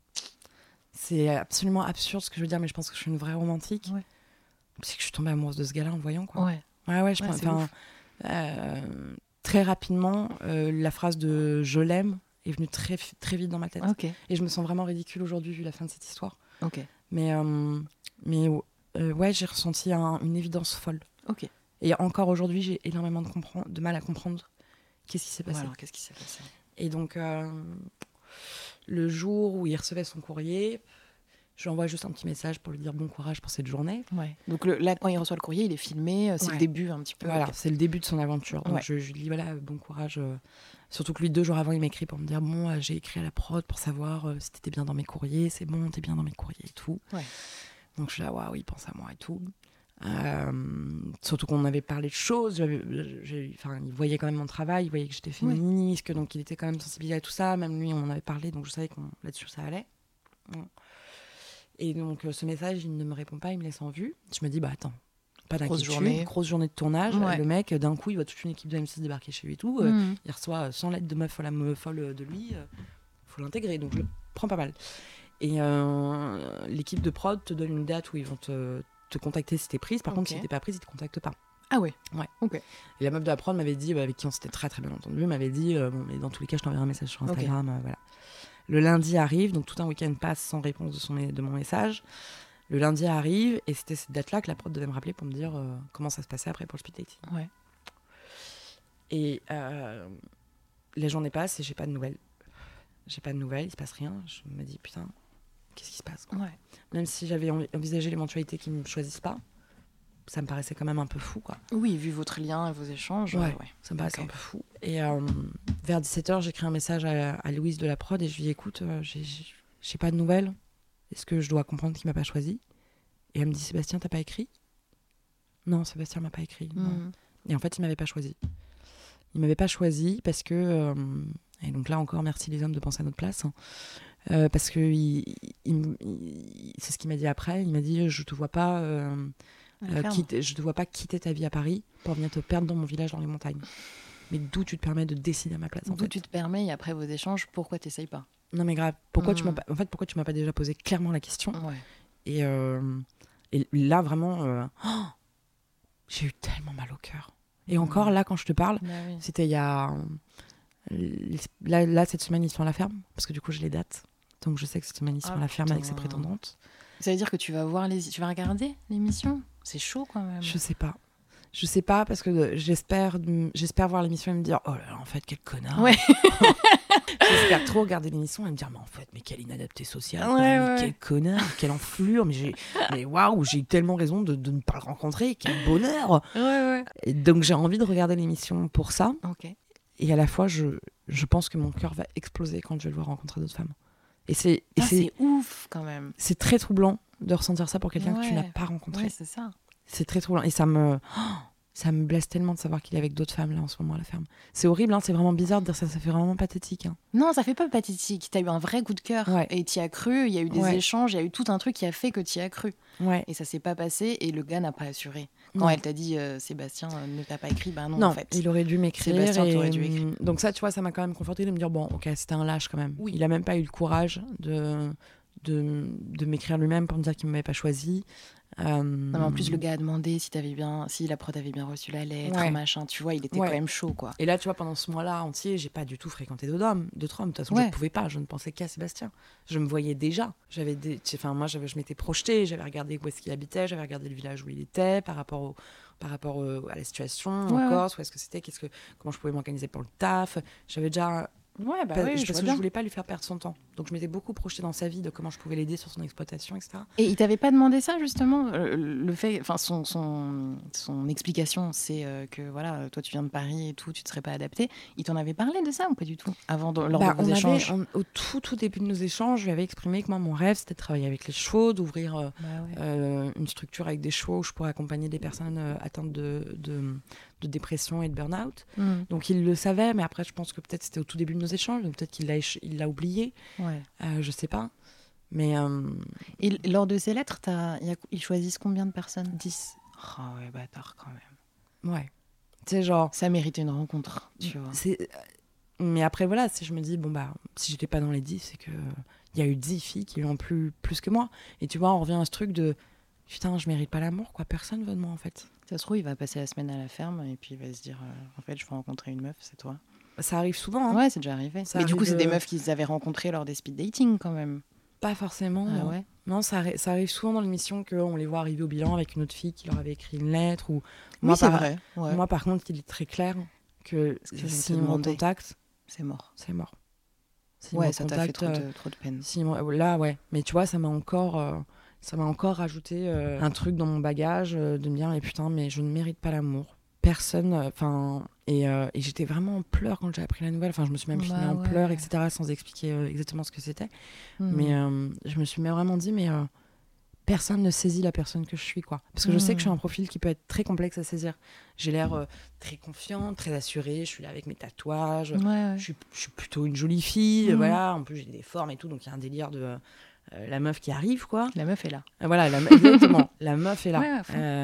c'est absolument absurde ce que je veux dire, mais je pense que je suis une vraie romantique. Ouais. C'est que je suis tombée amoureuse de ce gars-là en le voyant, quoi. Ouais. Ouais, ouais, je Ouais, pense. c'est enfin, ouf. euh, très rapidement, euh, la phrase de je l'aime est venue très, très vite dans ma tête. Ok. Et je me sens vraiment ridicule aujourd'hui vu la fin de cette histoire. Ok. Mais, euh, mais euh, ouais, j'ai ressenti un- une évidence folle. Ok. Et encore aujourd'hui, j'ai énormément de, compre- de mal à comprendre qu'est-ce qui s'est Bon, passé. alors, qu'est-ce qui s'est passé? Et donc, euh, le jour où il recevait son courrier, je lui envoie juste un petit message pour lui dire bon courage pour cette journée. Ouais. Donc le- là, quand il reçoit le courrier, il est filmé, euh, c'est Ouais. le début un petit peu. Voilà, Ok. c'est le début de son aventure. Donc Ouais. je, je lui dis voilà, bon courage. euh. Surtout que lui, deux jours avant, il m'écrit pour me dire bon, euh, j'ai écrit à la prod pour savoir euh, si t'étais bien dans mes courriers. C'est bon, t'es bien dans mes courriers et tout. Ouais. Donc je suis là, waouh, il pense à moi et tout. Euh, surtout qu'on avait parlé de choses. J'avais- j'ai- Enfin, il voyait quand même mon travail, il voyait que j'étais féministe, que, donc il était quand même sensibilisé à tout ça. Même lui, on en avait parlé, donc je savais que là-dessus ça allait. Bon. Et donc euh, ce message, il ne me répond pas, il me laisse en vue. Je me dis bah attends, pas Grosse d'inquiétude, journée. grosse journée de tournage. Ouais. Le mec, d'un coup, il voit toute une équipe de M six débarquer chez lui et tout. Euh, Mhm. Il reçoit cent lettres de meufs folles, me- folles de lui. Il faut l'intégrer, donc je le prends pas mal. Et euh, l'équipe de prod te donne une date où ils vont te, te contacter si t'es prise. Par contre, Ok. si t'es pas prise, ils te contactent pas. Ah ouais. Ouais. Ok. Et la meuf de la prod m'avait dit, bah, avec qui on s'était très très bien entendu, m'avait dit euh, bon, mais dans tous les cas, je t'enverrai un message sur Instagram. euh, voilà. Le lundi arrive, donc tout un week-end passe sans réponse de, son, de mon message. Le lundi arrive, et c'était cette date-là que la prod devait me rappeler pour me dire euh, comment ça se passait après pour le speed dating. Ouais. Et euh, les journées passent et j'ai pas de nouvelles. J'ai pas de nouvelles, il se passe rien. Je me dis, putain, qu'est-ce qui se passe, quoi. Ouais. Même si j'avais envi- envisagé l'éventualité qu'ils me choisissent pas, ça me paraissait quand même un peu fou, quoi. Oui, vu votre lien et vos échanges. Ouais, euh, ouais. ça me paraissait Ok. un peu fou. Et euh, vers dix-sept heures, j'écris un message à, à Louise de la prod et je lui dis écoute, euh, j'ai, j'ai, j'ai pas de nouvelles. Est-ce que je dois comprendre qu'il m'a pas choisi ? Et elle me dit, Sébastien, t'as pas écrit ? Non, Sébastien m'a pas écrit. Mmh. Non. Et en fait, il m'avait pas choisi. Il m'avait pas choisi parce que... Euh, et donc là encore, merci les hommes de penser à notre place. Hein, euh, parce que il, il, il, c'est ce qu'il m'a dit après. Il m'a dit, je te vois pas... Euh, euh, quitter, je te vois pas quitter ta vie à Paris pour venir te perdre dans mon village dans les montagnes. Mais d'où tu te permets de décider à ma place en D'où fait. tu te permets, et après vos échanges, pourquoi t'essayes pas ? Non mais grave, pourquoi mmh. tu m'as pas... En fait, pourquoi tu m'as pas déjà posé clairement la question ? Ouais. Et, euh, et là, vraiment, euh, oh, j'ai eu tellement mal au cœur. Et mmh. encore, là, quand je te parle, bah oui. c'était il y a... Là, là, cette semaine, ils sont à la ferme, parce que du coup, j'ai les dates. Donc, je sais que cette semaine, ils sont ah, à la ferme putain. avec ses prétendantes. Ça veut dire que tu vas voir les... Tu vas regarder l'émission ? C'est chaud, quand même. Je sais pas. Je sais pas, parce que j'espère, j'espère voir l'émission et me dire « Oh là là, en fait, quel connard ouais. !» J'espère trop regarder l'émission et me dire « Mais en fait, mais quel inadapté social, ouais, mais ouais. quel connard, quelle enflure, mais j'ai, mais waouh, j'ai eu tellement raison de, de ne pas le rencontrer, quel bonheur !» Ouais, ouais. Et donc, j'ai envie de regarder l'émission pour ça. Ok. Et à la fois, je, je pense que mon cœur va exploser quand je vais le voir rencontrer d'autres femmes. Et c'est, et ah, c'est, c'est ouf, quand même. C'est très troublant de ressentir ça pour quelqu'un ouais. que tu n'as pas rencontré. Ouais, c'est ça. C'est très troublant. Et ça me... Oh, ça me blesse tellement de savoir qu'il est avec d'autres femmes là en ce moment à la ferme. C'est horrible, hein, c'est vraiment bizarre de dire ça, ça fait vraiment pathétique. Hein. Non, ça fait pas pathétique. T'as eu un vrai coup de cœur ouais. et t'y as cru. Il y a eu des ouais. échanges, il y a eu tout un truc qui a fait que t'y as cru. Ouais. Et ça s'est pas passé et le gars n'a pas assuré. Quand non. elle t'a dit euh, Sébastien euh, ne t'a pas écrit, ben non, non en fait. il aurait dû m'écrire. Sébastien et... t'aurait dû écrire. Donc ça, tu vois, ça m'a quand même conforté de me dire bon, ok, c'était un lâche quand même. Oui. Il a même pas eu le courage de de, de m'écrire lui-même pour me dire qu'il m'avait pas choisi. Euh... Non, mais en plus, le gars a demandé si, t'avais bien, si la prod avait bien reçu la lettre, ouais. machin. Tu vois, il était ouais. quand même chaud, quoi. Et là, tu vois, pendant ce mois-là entier, j'ai pas du tout fréquenté d'autres hommes. D'autres hommes. De toute façon, ouais. je ne pouvais pas. Je ne pensais qu'à Sébastien. Je me voyais déjà. J'avais des... enfin, moi, j'avais... je m'étais projetée. J'avais regardé où est-ce qu'il habitait. J'avais regardé le village où il était par rapport, au... par rapport au... à la situation ouais, en Corse. ouais. Où est-ce que c'était qu'est-ce que... Comment je pouvais m'organiser pour le taf. J'avais déjà... Ouais, bah Pas, oui, parce je que bien. je voulais pas lui faire perdre son temps. Donc je m'étais beaucoup projetée dans sa vie, de comment je pouvais l'aider sur son exploitation, et cetera. Et il t'avait pas demandé ça justement, le, le fait, enfin son, son son explication, c'est euh, que voilà, toi tu viens de Paris et tout, tu te serais pas adapté. Il t'en avait parlé de ça ou pas du tout avant de, lors bah, de vos on échanges avait, on, au tout tout début de nos échanges, je lui avais exprimé que moi mon rêve c'était de travailler avec les chevaux, d'ouvrir euh, bah ouais. euh, une structure avec des chevaux où je pourrais accompagner des personnes euh, atteintes de, de de dépression et de burn-out. Mm. Donc il le savait, mais après je pense que peut-être c'était au tout début de nos échanges, donc peut-être qu'il l'a, il l'a oublié. Ouais. Euh, je sais pas. Mais euh... et lors de ces lettres, t'as, y a, ils choisissent combien de personnes ? dix. Oh ouais, bâtard quand même. Ouais. C'est genre. Ça méritait une rencontre, tu vois. C'est... Mais après voilà, si je me dis bon bah si j'étais pas dans les dix, c'est que il y a eu dix filles qui l'ont plus plus que moi. Et tu vois, on revient à ce truc de putain, je mérite pas l'amour quoi. Personne veut de moi en fait. Ça se trouve, il va passer la semaine à la ferme et puis il va se dire euh, en fait, je vais rencontrer une meuf, c'est toi. Ça arrive souvent. Hein. Ouais, c'est déjà arrivé. Ça mais arrive du coup, c'est de... des meufs qu'ils avaient rencontrées lors des speed dating quand même. Pas forcément. Ah non, ouais. non ça, arri- ça arrive souvent dans l'émission qu'on les voit arriver au bilan avec une autre fille qui leur avait écrit une lettre. Ou... Oui, Moi, c'est par... vrai. Ouais. Moi, par contre, il est très clair que, que si on me recontacte, c'est mort. C'est mort. Si ouais, ça t'a fait trop de, trop de peine. Si là, ouais. Mais tu vois, ça m'a encore... Euh... Ça m'a encore rajouté euh, un truc dans mon bagage euh, de me dire mais putain mais je ne mérite pas l'amour. Personne, enfin euh, et, euh, et j'étais vraiment en pleurs quand j'ai appris la nouvelle. Enfin je me suis même filmée bah, en ouais. pleurs et cetera sans expliquer euh, exactement ce que c'était. Mmh. Mais euh, je me suis vraiment dit mais euh, personne ne saisit la personne que je suis quoi. Parce que mmh. je sais que je suis un profil qui peut être très complexe à saisir. J'ai l'air euh, très confiante, très assurée. Je suis là avec mes tatouages. Ouais, ouais. Je suis, je suis plutôt une jolie fille. Mmh. Voilà. En plus j'ai des formes et tout donc il y a un délire de Euh, la meuf qui arrive, quoi. La meuf est là. Euh, voilà, la me- exactement. La meuf est là. Ouais,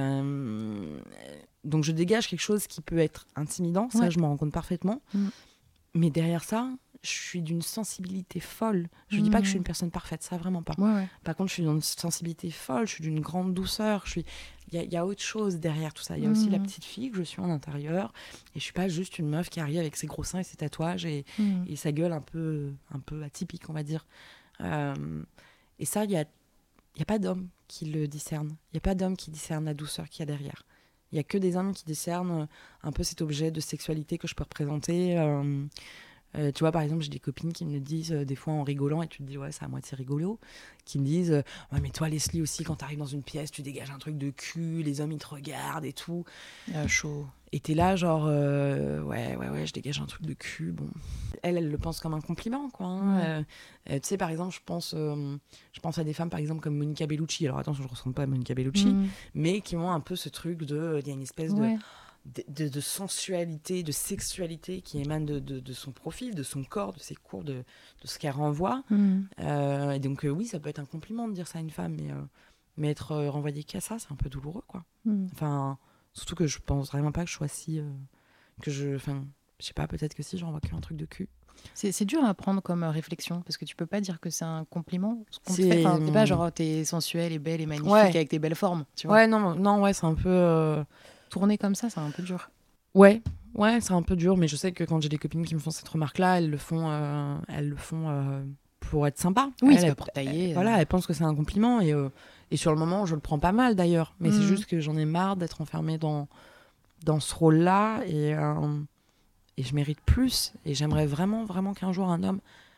euh, donc, je dégage quelque chose qui peut être intimidant. Ça, ouais. je m'en rends compte parfaitement. Mm. Mais derrière ça, je suis d'une sensibilité folle. Je ne mm. dis pas que je suis une personne parfaite, ça, vraiment pas. Ouais, ouais. Par contre, je suis d'une sensibilité folle. Je suis d'une grande douceur. Je suis... Il y, y a autre chose derrière tout ça. Il y a mm. aussi la petite fille que je suis en intérieur. Et je ne suis pas juste une meuf qui arrive avec ses gros seins et ses tatouages et, mm. et sa gueule un peu, un peu atypique, on va dire. Euh, Et ça, il n'y a, y a pas d'homme qui le discerne. Il n'y a pas d'homme qui discerne la douceur qu'il y a derrière. Il n'y a que des hommes qui discernent un peu cet objet de sexualité que je peux représenter, euh, Euh, tu vois, par exemple, j'ai des copines qui me le disent euh, des fois en rigolant, et tu te dis, ouais, c'est à moitié rigolo, qui me disent, euh, ouais, mais toi, Leslie aussi, quand t'arrives dans une pièce, tu dégages un truc de cul, les hommes, ils te regardent et tout. Ah, chaud. Et t'es là, genre, euh, ouais, ouais, ouais, je dégage un truc de cul. Bon. Elle, elle le pense comme un compliment, quoi. Hein. Ouais. Euh, euh, tu sais, par exemple, je pense, euh, je pense à des femmes, par exemple, comme Monica Bellucci. Alors, attention, je ne ressemble pas à Monica Bellucci, Mm. mais qui ont un peu ce truc de. Il y a une espèce Ouais. de, de, de sensualité, de sexualité qui émane de, de, de son profil, de son corps, de ses cours, de, de ce qu'elle renvoie. Mm. Euh, et donc, euh, oui, ça peut être un compliment de dire ça à une femme, mais, euh, mais être euh, renvoyé qu'à ça, c'est un peu douloureux, quoi. Mm. Enfin. Surtout que je pense vraiment pas que je sois si. Euh, que je. Enfin, je sais pas, peut-être que si, j'envoie qu'un truc de cul. C'est, c'est dur à prendre comme euh, réflexion, parce que tu peux pas dire que c'est un compliment. Ce qu'on te C'est- fait. Enfin, c'est pas genre t'es sensuelle et belle et magnifique Ouais. avec tes belles formes. Tu vois. Ouais, non, non, ouais, c'est un peu. euh, Tourner comme ça, c'est un peu dur. Ouais, ouais, c'est un peu dur, mais je sais que quand j'ai des copines qui me font cette remarque-là, elles le font, euh, elles le font euh, pour être sympa. Oui, Elles, c'est pas elles- pour tailler. euh. Voilà, elles pensent que c'est un compliment, et, euh, et sur le moment, je le prends pas mal d'ailleurs. Mais c'est Mhm. juste que j'en ai marre d'être enfermée dans, dans ce rôle-là, et, euh, et je mérite plus. Et j'aimerais vraiment, vraiment qu'un jour un homme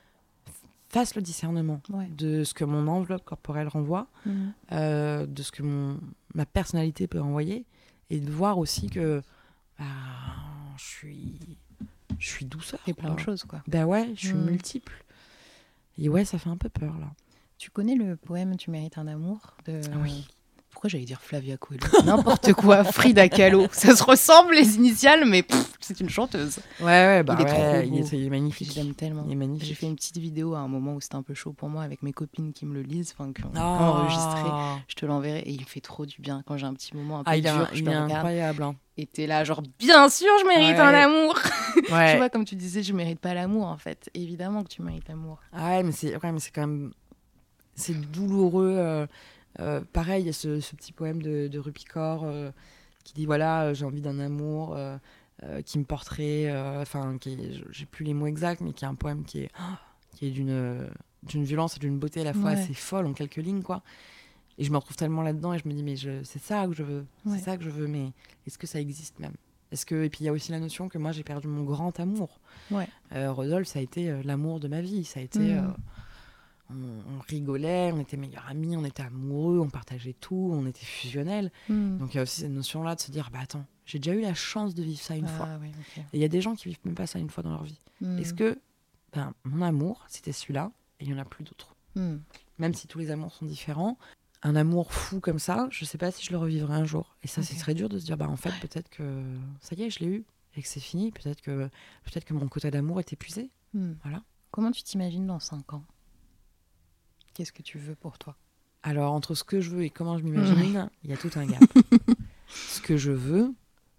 fasse le discernement Ouais. de ce que mon enveloppe corporelle renvoie, Mm. euh, de ce que mon, ma personnalité peut envoyer, et de voir aussi que bah, je suis je suis douceur. Et plein quoi. de choses, quoi. Bah ouais, je suis Mm. multiple. Et ouais, ça fait un peu peur là. Tu connais le poème Tu mérites un amour de... Ah oui. Pourquoi j'allais dire Flavia Coelho? N'importe quoi, Frida Kahlo. Ça se ressemble les initiales, mais pff, c'est une chanteuse. Ouais, ouais, bah Il est ouais, trop il, beau. est, il est magnifique. Je l'aime tellement. Il est magnifique. J'ai fait une petite vidéo à un moment où c'était un peu chaud pour moi avec mes copines qui me le lisent, enfin qui ont Ah. enregistré. Je te l'enverrai et il me fait trop du bien quand j'ai un petit moment un peu Ah, il est, dur. un- je il le est regarde incroyable. Hein. et t'es là genre bien sûr je mérite Ouais. un amour. Ouais. Tu vois comme tu disais je mérite pas l'amour en fait. Évidemment que tu mérites l'amour. Ah ouais, mais c'est ouais, mais c'est quand même c'est douloureux. Euh, euh, pareil, il y a ce, ce petit poème de, de Rupicor euh, qui dit voilà, euh, j'ai envie d'un amour euh, euh, qui me porterait. Enfin, qui est- j'ai plus les mots exacts, mais qui est un poème qui est oh, qui est d'une d'une violence et d'une beauté à la fois Ouais. assez folle en quelques lignes, quoi. Et je me retrouve tellement là-dedans et je me dis mais je, c'est ça que je veux, Ouais. c'est ça que je veux. Mais est-ce que ça existe même? Est-ce que et puis il y a aussi la notion que moi j'ai perdu mon grand amour. Ouais. Euh, Rodolphe, ça a été euh, l'amour de ma vie. Ça a été, Mhm. euh, on, on rigolait, on était meilleurs amis, on était amoureux, on partageait tout, on était fusionnels. Mm. Donc il y a aussi cette notion-là de se dire, bah attends, j'ai déjà eu la chance de vivre ça une Ah, fois. ouais, ok. Et il y a des gens qui vivent même pas ça une fois dans leur vie. Mm. Est-ce que, ben, mon amour, c'était celui-là, et il y en a plus d'autres. Mm. Même si tous les amours sont différents, un amour fou comme ça, je sais pas si je le revivrai un jour. Et ça, Ok. c'est très dur de se dire, bah en fait, peut-être que ça y est, je l'ai eu, et que c'est fini. Peut-être que, peut-être que mon quota d'amour est épuisé. Mm. Voilà. Comment tu t'imagines dans cinq ans? Qu'est-ce que tu veux pour toi? Alors, entre ce que je veux et comment je m'imagine, il y a tout un gap. Ce que je veux,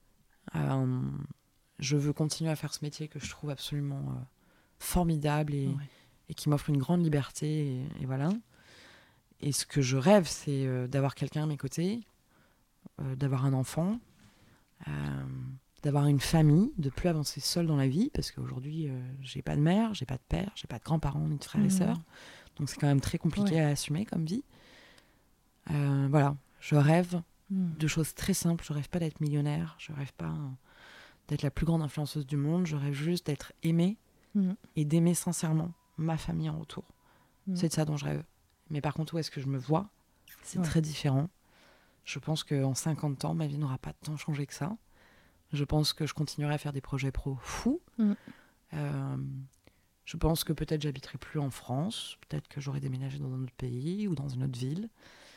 euh, je veux continuer à faire ce métier que je trouve absolument euh, formidable et, Ouais. et qui m'offre une grande liberté. Et, et voilà. Et ce que je rêve, c'est euh, d'avoir quelqu'un à mes côtés, euh, d'avoir un enfant, euh, d'avoir une famille, de plus avancer seule dans la vie, parce qu'aujourd'hui, euh, j'ai pas de mère, j'ai pas de père, j'ai pas de grands-parents ni de frères et Mhm. sœurs. Donc c'est quand même très compliqué Ouais. à assumer comme vie. Euh, voilà, je rêve Mm. de choses très simples. Je rêve pas d'être millionnaire, je rêve pas euh, d'être la plus grande influenceuse du monde. Je rêve juste d'être aimée Mm. et d'aimer sincèrement ma famille en retour. Mm. C'est de ça dont je rêve. Mais par contre, où est-ce que je me vois? C'est Ouais. très différent. Je pense qu'en cinquante ans, ma vie n'aura pas tant changé que ça. Je pense que je continuerai à faire des projets pro fous. Mm. Euh, je pense que peut-être j'habiterai plus en France. Peut-être que j'aurai déménagé dans un autre pays ou dans une autre ville.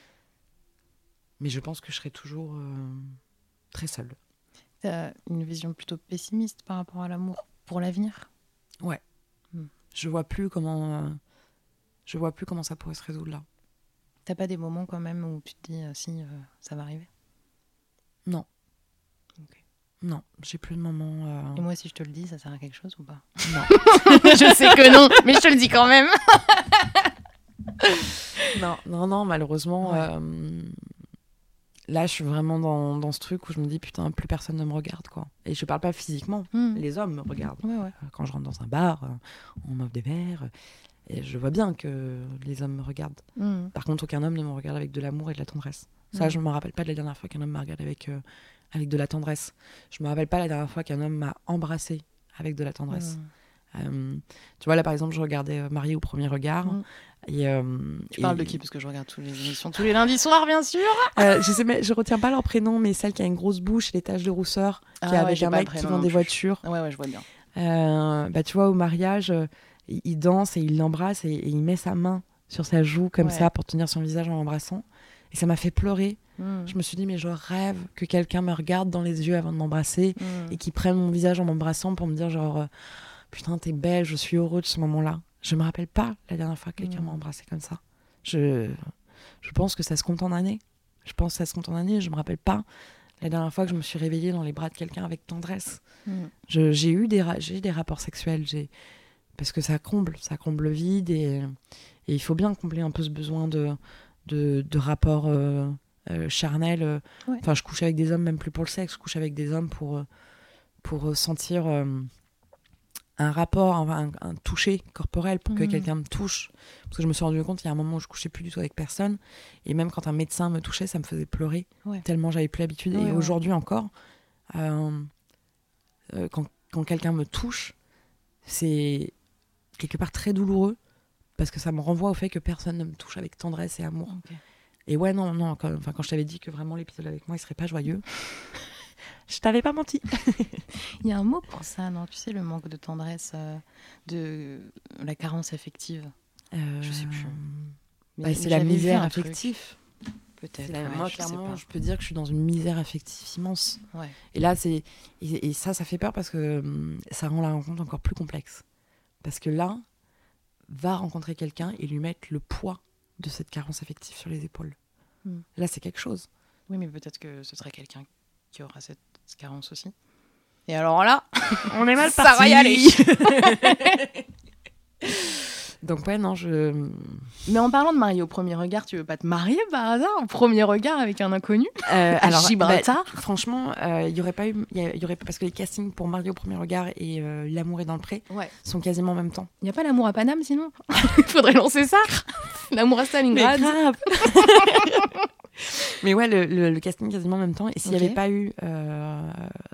Mais je pense que je serai toujours euh, très seule. T'as une vision plutôt pessimiste par rapport à l'amour pour l'avenir? Je vois plus comment, euh, je vois plus comment ça pourrait se résoudre là. T'as pas des moments quand même où tu te dis euh, si euh, ça va arriver? Non. Ok. Non, j'ai plus de moment. euh, Et moi si je te le dis, ça sert à quelque chose ou pas? Non. Je sais que non, mais je te le dis quand même. non, non, non, malheureusement. Ouais. euh, Là, je suis vraiment dans, dans ce truc où je me dis, putain, plus personne ne me regarde, quoi. Et je parle pas physiquement. Mm. Les hommes me regardent. Ouais, ouais. Euh, Quand je rentre dans un bar, euh, on m'offre des verres. euh, Et je vois bien que les hommes me regardent. Mm. Par contre, aucun homme ne me regarde avec de l'amour et de la tendresse. Ça, Mm. je ne me rappelle pas de la dernière fois qu'un homme m'a regardé avec, euh, avec de la tendresse. Je me rappelle pas la dernière fois qu'un homme m'a embrassé avec de la tendresse. Mm. Euh, tu vois, là, par exemple, je regardais Mariée au premier regard. Mmh. Et, euh, tu et... parles de qui? Parce que je regarde toutes les émissions tous les lundis soirs, bien sûr. euh, je sais, mais je retiens pas leur prénom, mais celle qui a une grosse bouche et les taches de rousseur, ah, qui est ouais, avec un mec qui vend des voitures. Ouais, ouais, je vois bien. Euh, bah, tu vois, au mariage, euh, il, il danse et il l'embrasse et, et il met sa main sur sa joue comme ouais. ça pour tenir son visage en l'embrassant. Et ça m'a fait pleurer. Mmh. Je me suis dit, mais je rêve que quelqu'un me regarde dans les yeux avant de m'embrasser mmh. et qu'il prenne mon visage en m'embrassant pour me dire genre, euh, putain, t'es belle, je suis heureux de ce moment-là. Je me rappelle pas la dernière fois que quelqu'un mmh. m'a embrassé comme ça. Je, je pense que ça se compte en années. Je pense que ça se compte en années. Je me rappelle pas la dernière fois que je me suis réveillée dans les bras de quelqu'un avec tendresse. Mmh. Je, j'ai eu des, ra- j'ai eu des rapports sexuels. J'ai... Parce que ça comble, ça comble le vide et, et il faut bien combler un peu ce besoin de, de, de rapports euh, euh, charnels. Euh. Ouais. Enfin, je couche avec des hommes même plus pour le sexe. Je couche avec des hommes pour, pour sentir euh, un rapport, un, un, un toucher corporel, pour mmh. que quelqu'un me touche. Parce que je me suis rendu compte, il y a un moment où je couchais plus du tout avec personne. Et même quand un médecin me touchait, ça me faisait pleurer. Ouais. Tellement j'avais plus l'habitude. Ouais, et ouais. aujourd'hui encore, euh, euh, quand, quand quelqu'un me touche, c'est quelque part très douloureux parce que ça me renvoie au fait que personne ne me touche avec tendresse et amour. Okay. Et ouais, non, non, quand, enfin, quand je t'avais dit que vraiment l'épisode avec moi, il serait pas joyeux, je t'avais pas menti. Il y a un mot pour ça, non? Tu sais, le manque de tendresse, euh, de la carence affective. Euh... Je sais plus. Mais bah, c'est la misère affective. Peut-être. La, ouais, moi, je clairement, je peux dire que je suis dans une misère affective immense. Ouais. Et là, c'est et, et ça, ça fait peur parce que hum, ça rend la rencontre encore plus complexe. Parce que là, va rencontrer quelqu'un et lui mettre le poids de cette carence affective sur les épaules. Mm. Là, c'est quelque chose. Oui, mais peut-être que ce serait quelqu'un qui aura cette carence aussi. Et alors là, on est mal parti. Ça va y aller. Donc ouais, non, je... Mais en parlant de marier au premier regard, tu veux pas te marier par hasard au premier regard avec un inconnu euh, à alors, Gibraltar? Bah, franchement, il euh, y aurait pas eu, y, y aurait parce que les castings pour marier au premier regard et euh, L'amour est dans le pré ouais. sont quasiment en même temps. Il y a pas L'amour à Paname sinon? Il faudrait lancer ça. L'amour à Stalingrad. Mais grave. Mais ouais, le, le, le casting quasiment en même temps. Et s'il n'y okay. avait pas eu euh,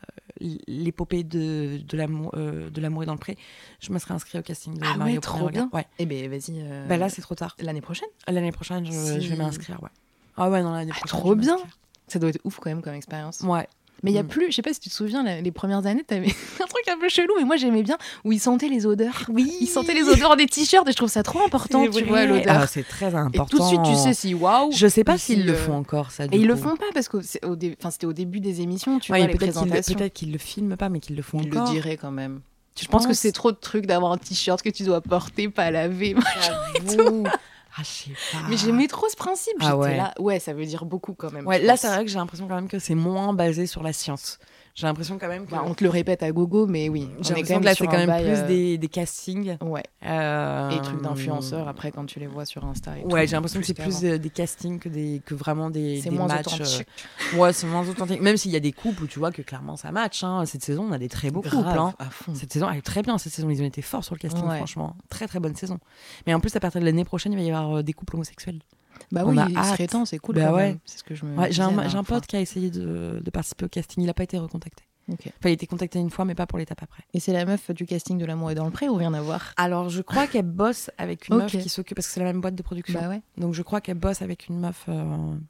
l'épopée de, de, l'amour, euh, de L'amour est dans le pré, je me serais inscrite au casting de ah Mario ouais, au trop bien. Ouais. Eh ben vas-y. Euh... Bah là, c'est trop tard. L'année prochaine L'année prochaine, je, si... je vais m'inscrire, ouais. Ah ouais, non, l'année ah, prochaine. Trop bien. Ça doit être ouf quand même comme expérience. Ouais. Mais il y a plus, je sais pas si tu te souviens, les premières années, t'avais un truc un peu chelou, mais moi j'aimais bien, où ils sentaient les odeurs. Oui. Ils sentaient les odeurs des t-shirts et je trouve ça trop important, c'est tu vrai. vois, l'odeur. Ah, c'est très important. Et tout de suite, tu sais si waouh. Je sais pas s'ils si, le font euh... encore, ça. Du et coup. ils le font pas parce que c'est au dé... enfin, c'était au début des émissions, tu ouais, vois, les peut-être présentations. Qu'ils le... Peut-être qu'ils le filment pas, mais qu'ils le font ils encore. Ils le diraient quand même. Je pense, pense que c'est trop de trucs d'avoir un t-shirt que tu dois porter, pas laver, machin et tout. Ah, je sais pas. Mais j'aimais trop ce principe. Ah, J'étais ouais. là. Ouais, ça veut dire beaucoup quand même. Ouais, là, pense. C'est vrai que j'ai l'impression quand même que c'est moins basé sur la science. J'ai l'impression quand même que... Bah, on te le répète à gogo, mais oui. J'ai l'impression que là, c'est quand même plus euh... des, des castings. Ouais. Euh... Et trucs d'influenceurs, après, quand tu les vois sur Insta et ouais, tout, j'ai l'impression que c'est plus euh, des castings que, des, que vraiment des, c'est des moins matchs. Authentique. Euh... Ouais, c'est moins authentique. Même s'il y a des couples où tu vois que clairement ça match. Hein. Cette saison, on a des très beaux Grave, couples. Hein. À fond. Cette saison, elle est très bien. Cette saison, ils ont été forts sur le casting, ouais. franchement. Très, très bonne saison. Mais en plus, à partir de l'année prochaine, il va y avoir des couples homosexuels. Bah on oui, a il hâte. serait temps, c'est cool. Bah quand ouais. même. C'est ce que je me ouais, j'ai disais, un, j'ai un pote fois. qui a essayé de, de participer au casting. Il n'a pas été recontacté. Okay. Enfin, il a été contacté une fois, mais pas pour l'étape après. Et c'est la meuf du casting de L'amour est dans le pré ou rien à voir? Alors, je crois qu'elle bosse avec une okay. meuf qui s'occupe, parce que c'est la même boîte de production. Bah ouais. Donc, je crois qu'elle bosse avec une meuf euh,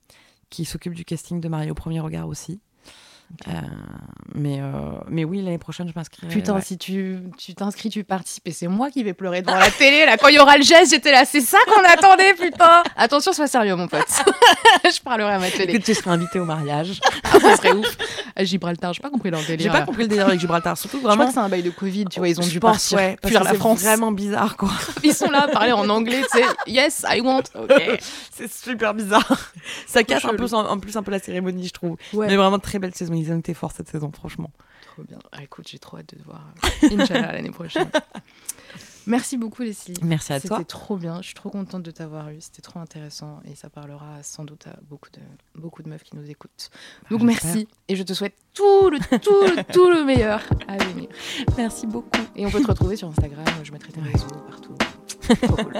qui s'occupe du casting de Mariée au premier regard aussi. Okay. Euh, mais, euh, mais oui, l'année prochaine, je m'inscrirai. Putain, ouais. si tu, tu t'inscris, tu participes. Et c'est moi qui vais pleurer devant la télé. Là, quand il y aura le geste, j'étais là. C'est ça qu'on attendait, putain. Attention, sois sérieux, mon pote. Je parlerai à ma télé. Écoute, tu serais invité au mariage. Ah, ça serait ouf. À Gibraltar, j'ai pas compris leur délire. J'ai pas là. compris le délire avec Gibraltar. Surtout vraiment. Je crois que c'est un bail de Covid. Tu vois, ils ont je dû pense, partir. Ouais, fuir la France. C'est vraiment bizarre, quoi. Ils sont là à parler en anglais, tu sais. Yes, I want. Ok. C'est super bizarre. Ça casse un peu, en plus un peu la cérémonie, je trouve. Ouais. Mais vraiment très belle saison. Ils ont été forts cette saison, franchement. Trop bien. Ah, écoute, j'ai trop hâte de te voir. Inch'Allah, l'année prochaine. Merci beaucoup, Leslie. Merci à toi. C'était trop bien. Je suis trop contente de t'avoir eu. C'était trop intéressant. Et ça parlera sans doute à beaucoup de, beaucoup de meufs qui nous écoutent. Donc, bah, merci. Et je te souhaite tout le, tout, le, tout le meilleur à venir. Merci beaucoup. Et on peut te retrouver sur Instagram. Je mettrai tes réseaux partout. Trop cool.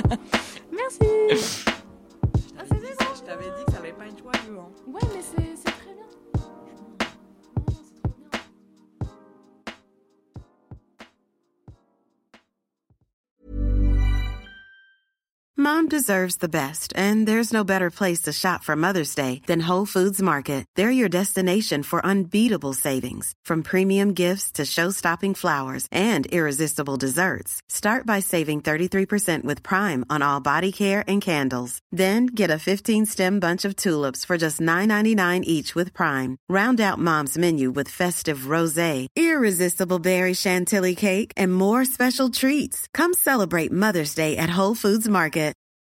Merci. Ah, c'est ça. Je t'avais dit que ça allait pas être joyeux. Hein. Ouais, mais c'est... c'est... mom deserves the best, and there's no better place to shop for Mother's Day than Whole Foods Market. They're your destination for unbeatable savings, from premium gifts to show-stopping flowers and irresistible desserts. Start by saving thirty-three percent with Prime on all body care and candles. Then get a fifteen-stem bunch of tulips for just nine ninety-nine each with Prime. Round out Mom's menu with festive rosé, irresistible berry chantilly cake, and more special treats. Come celebrate Mother's Day at Whole Foods Market.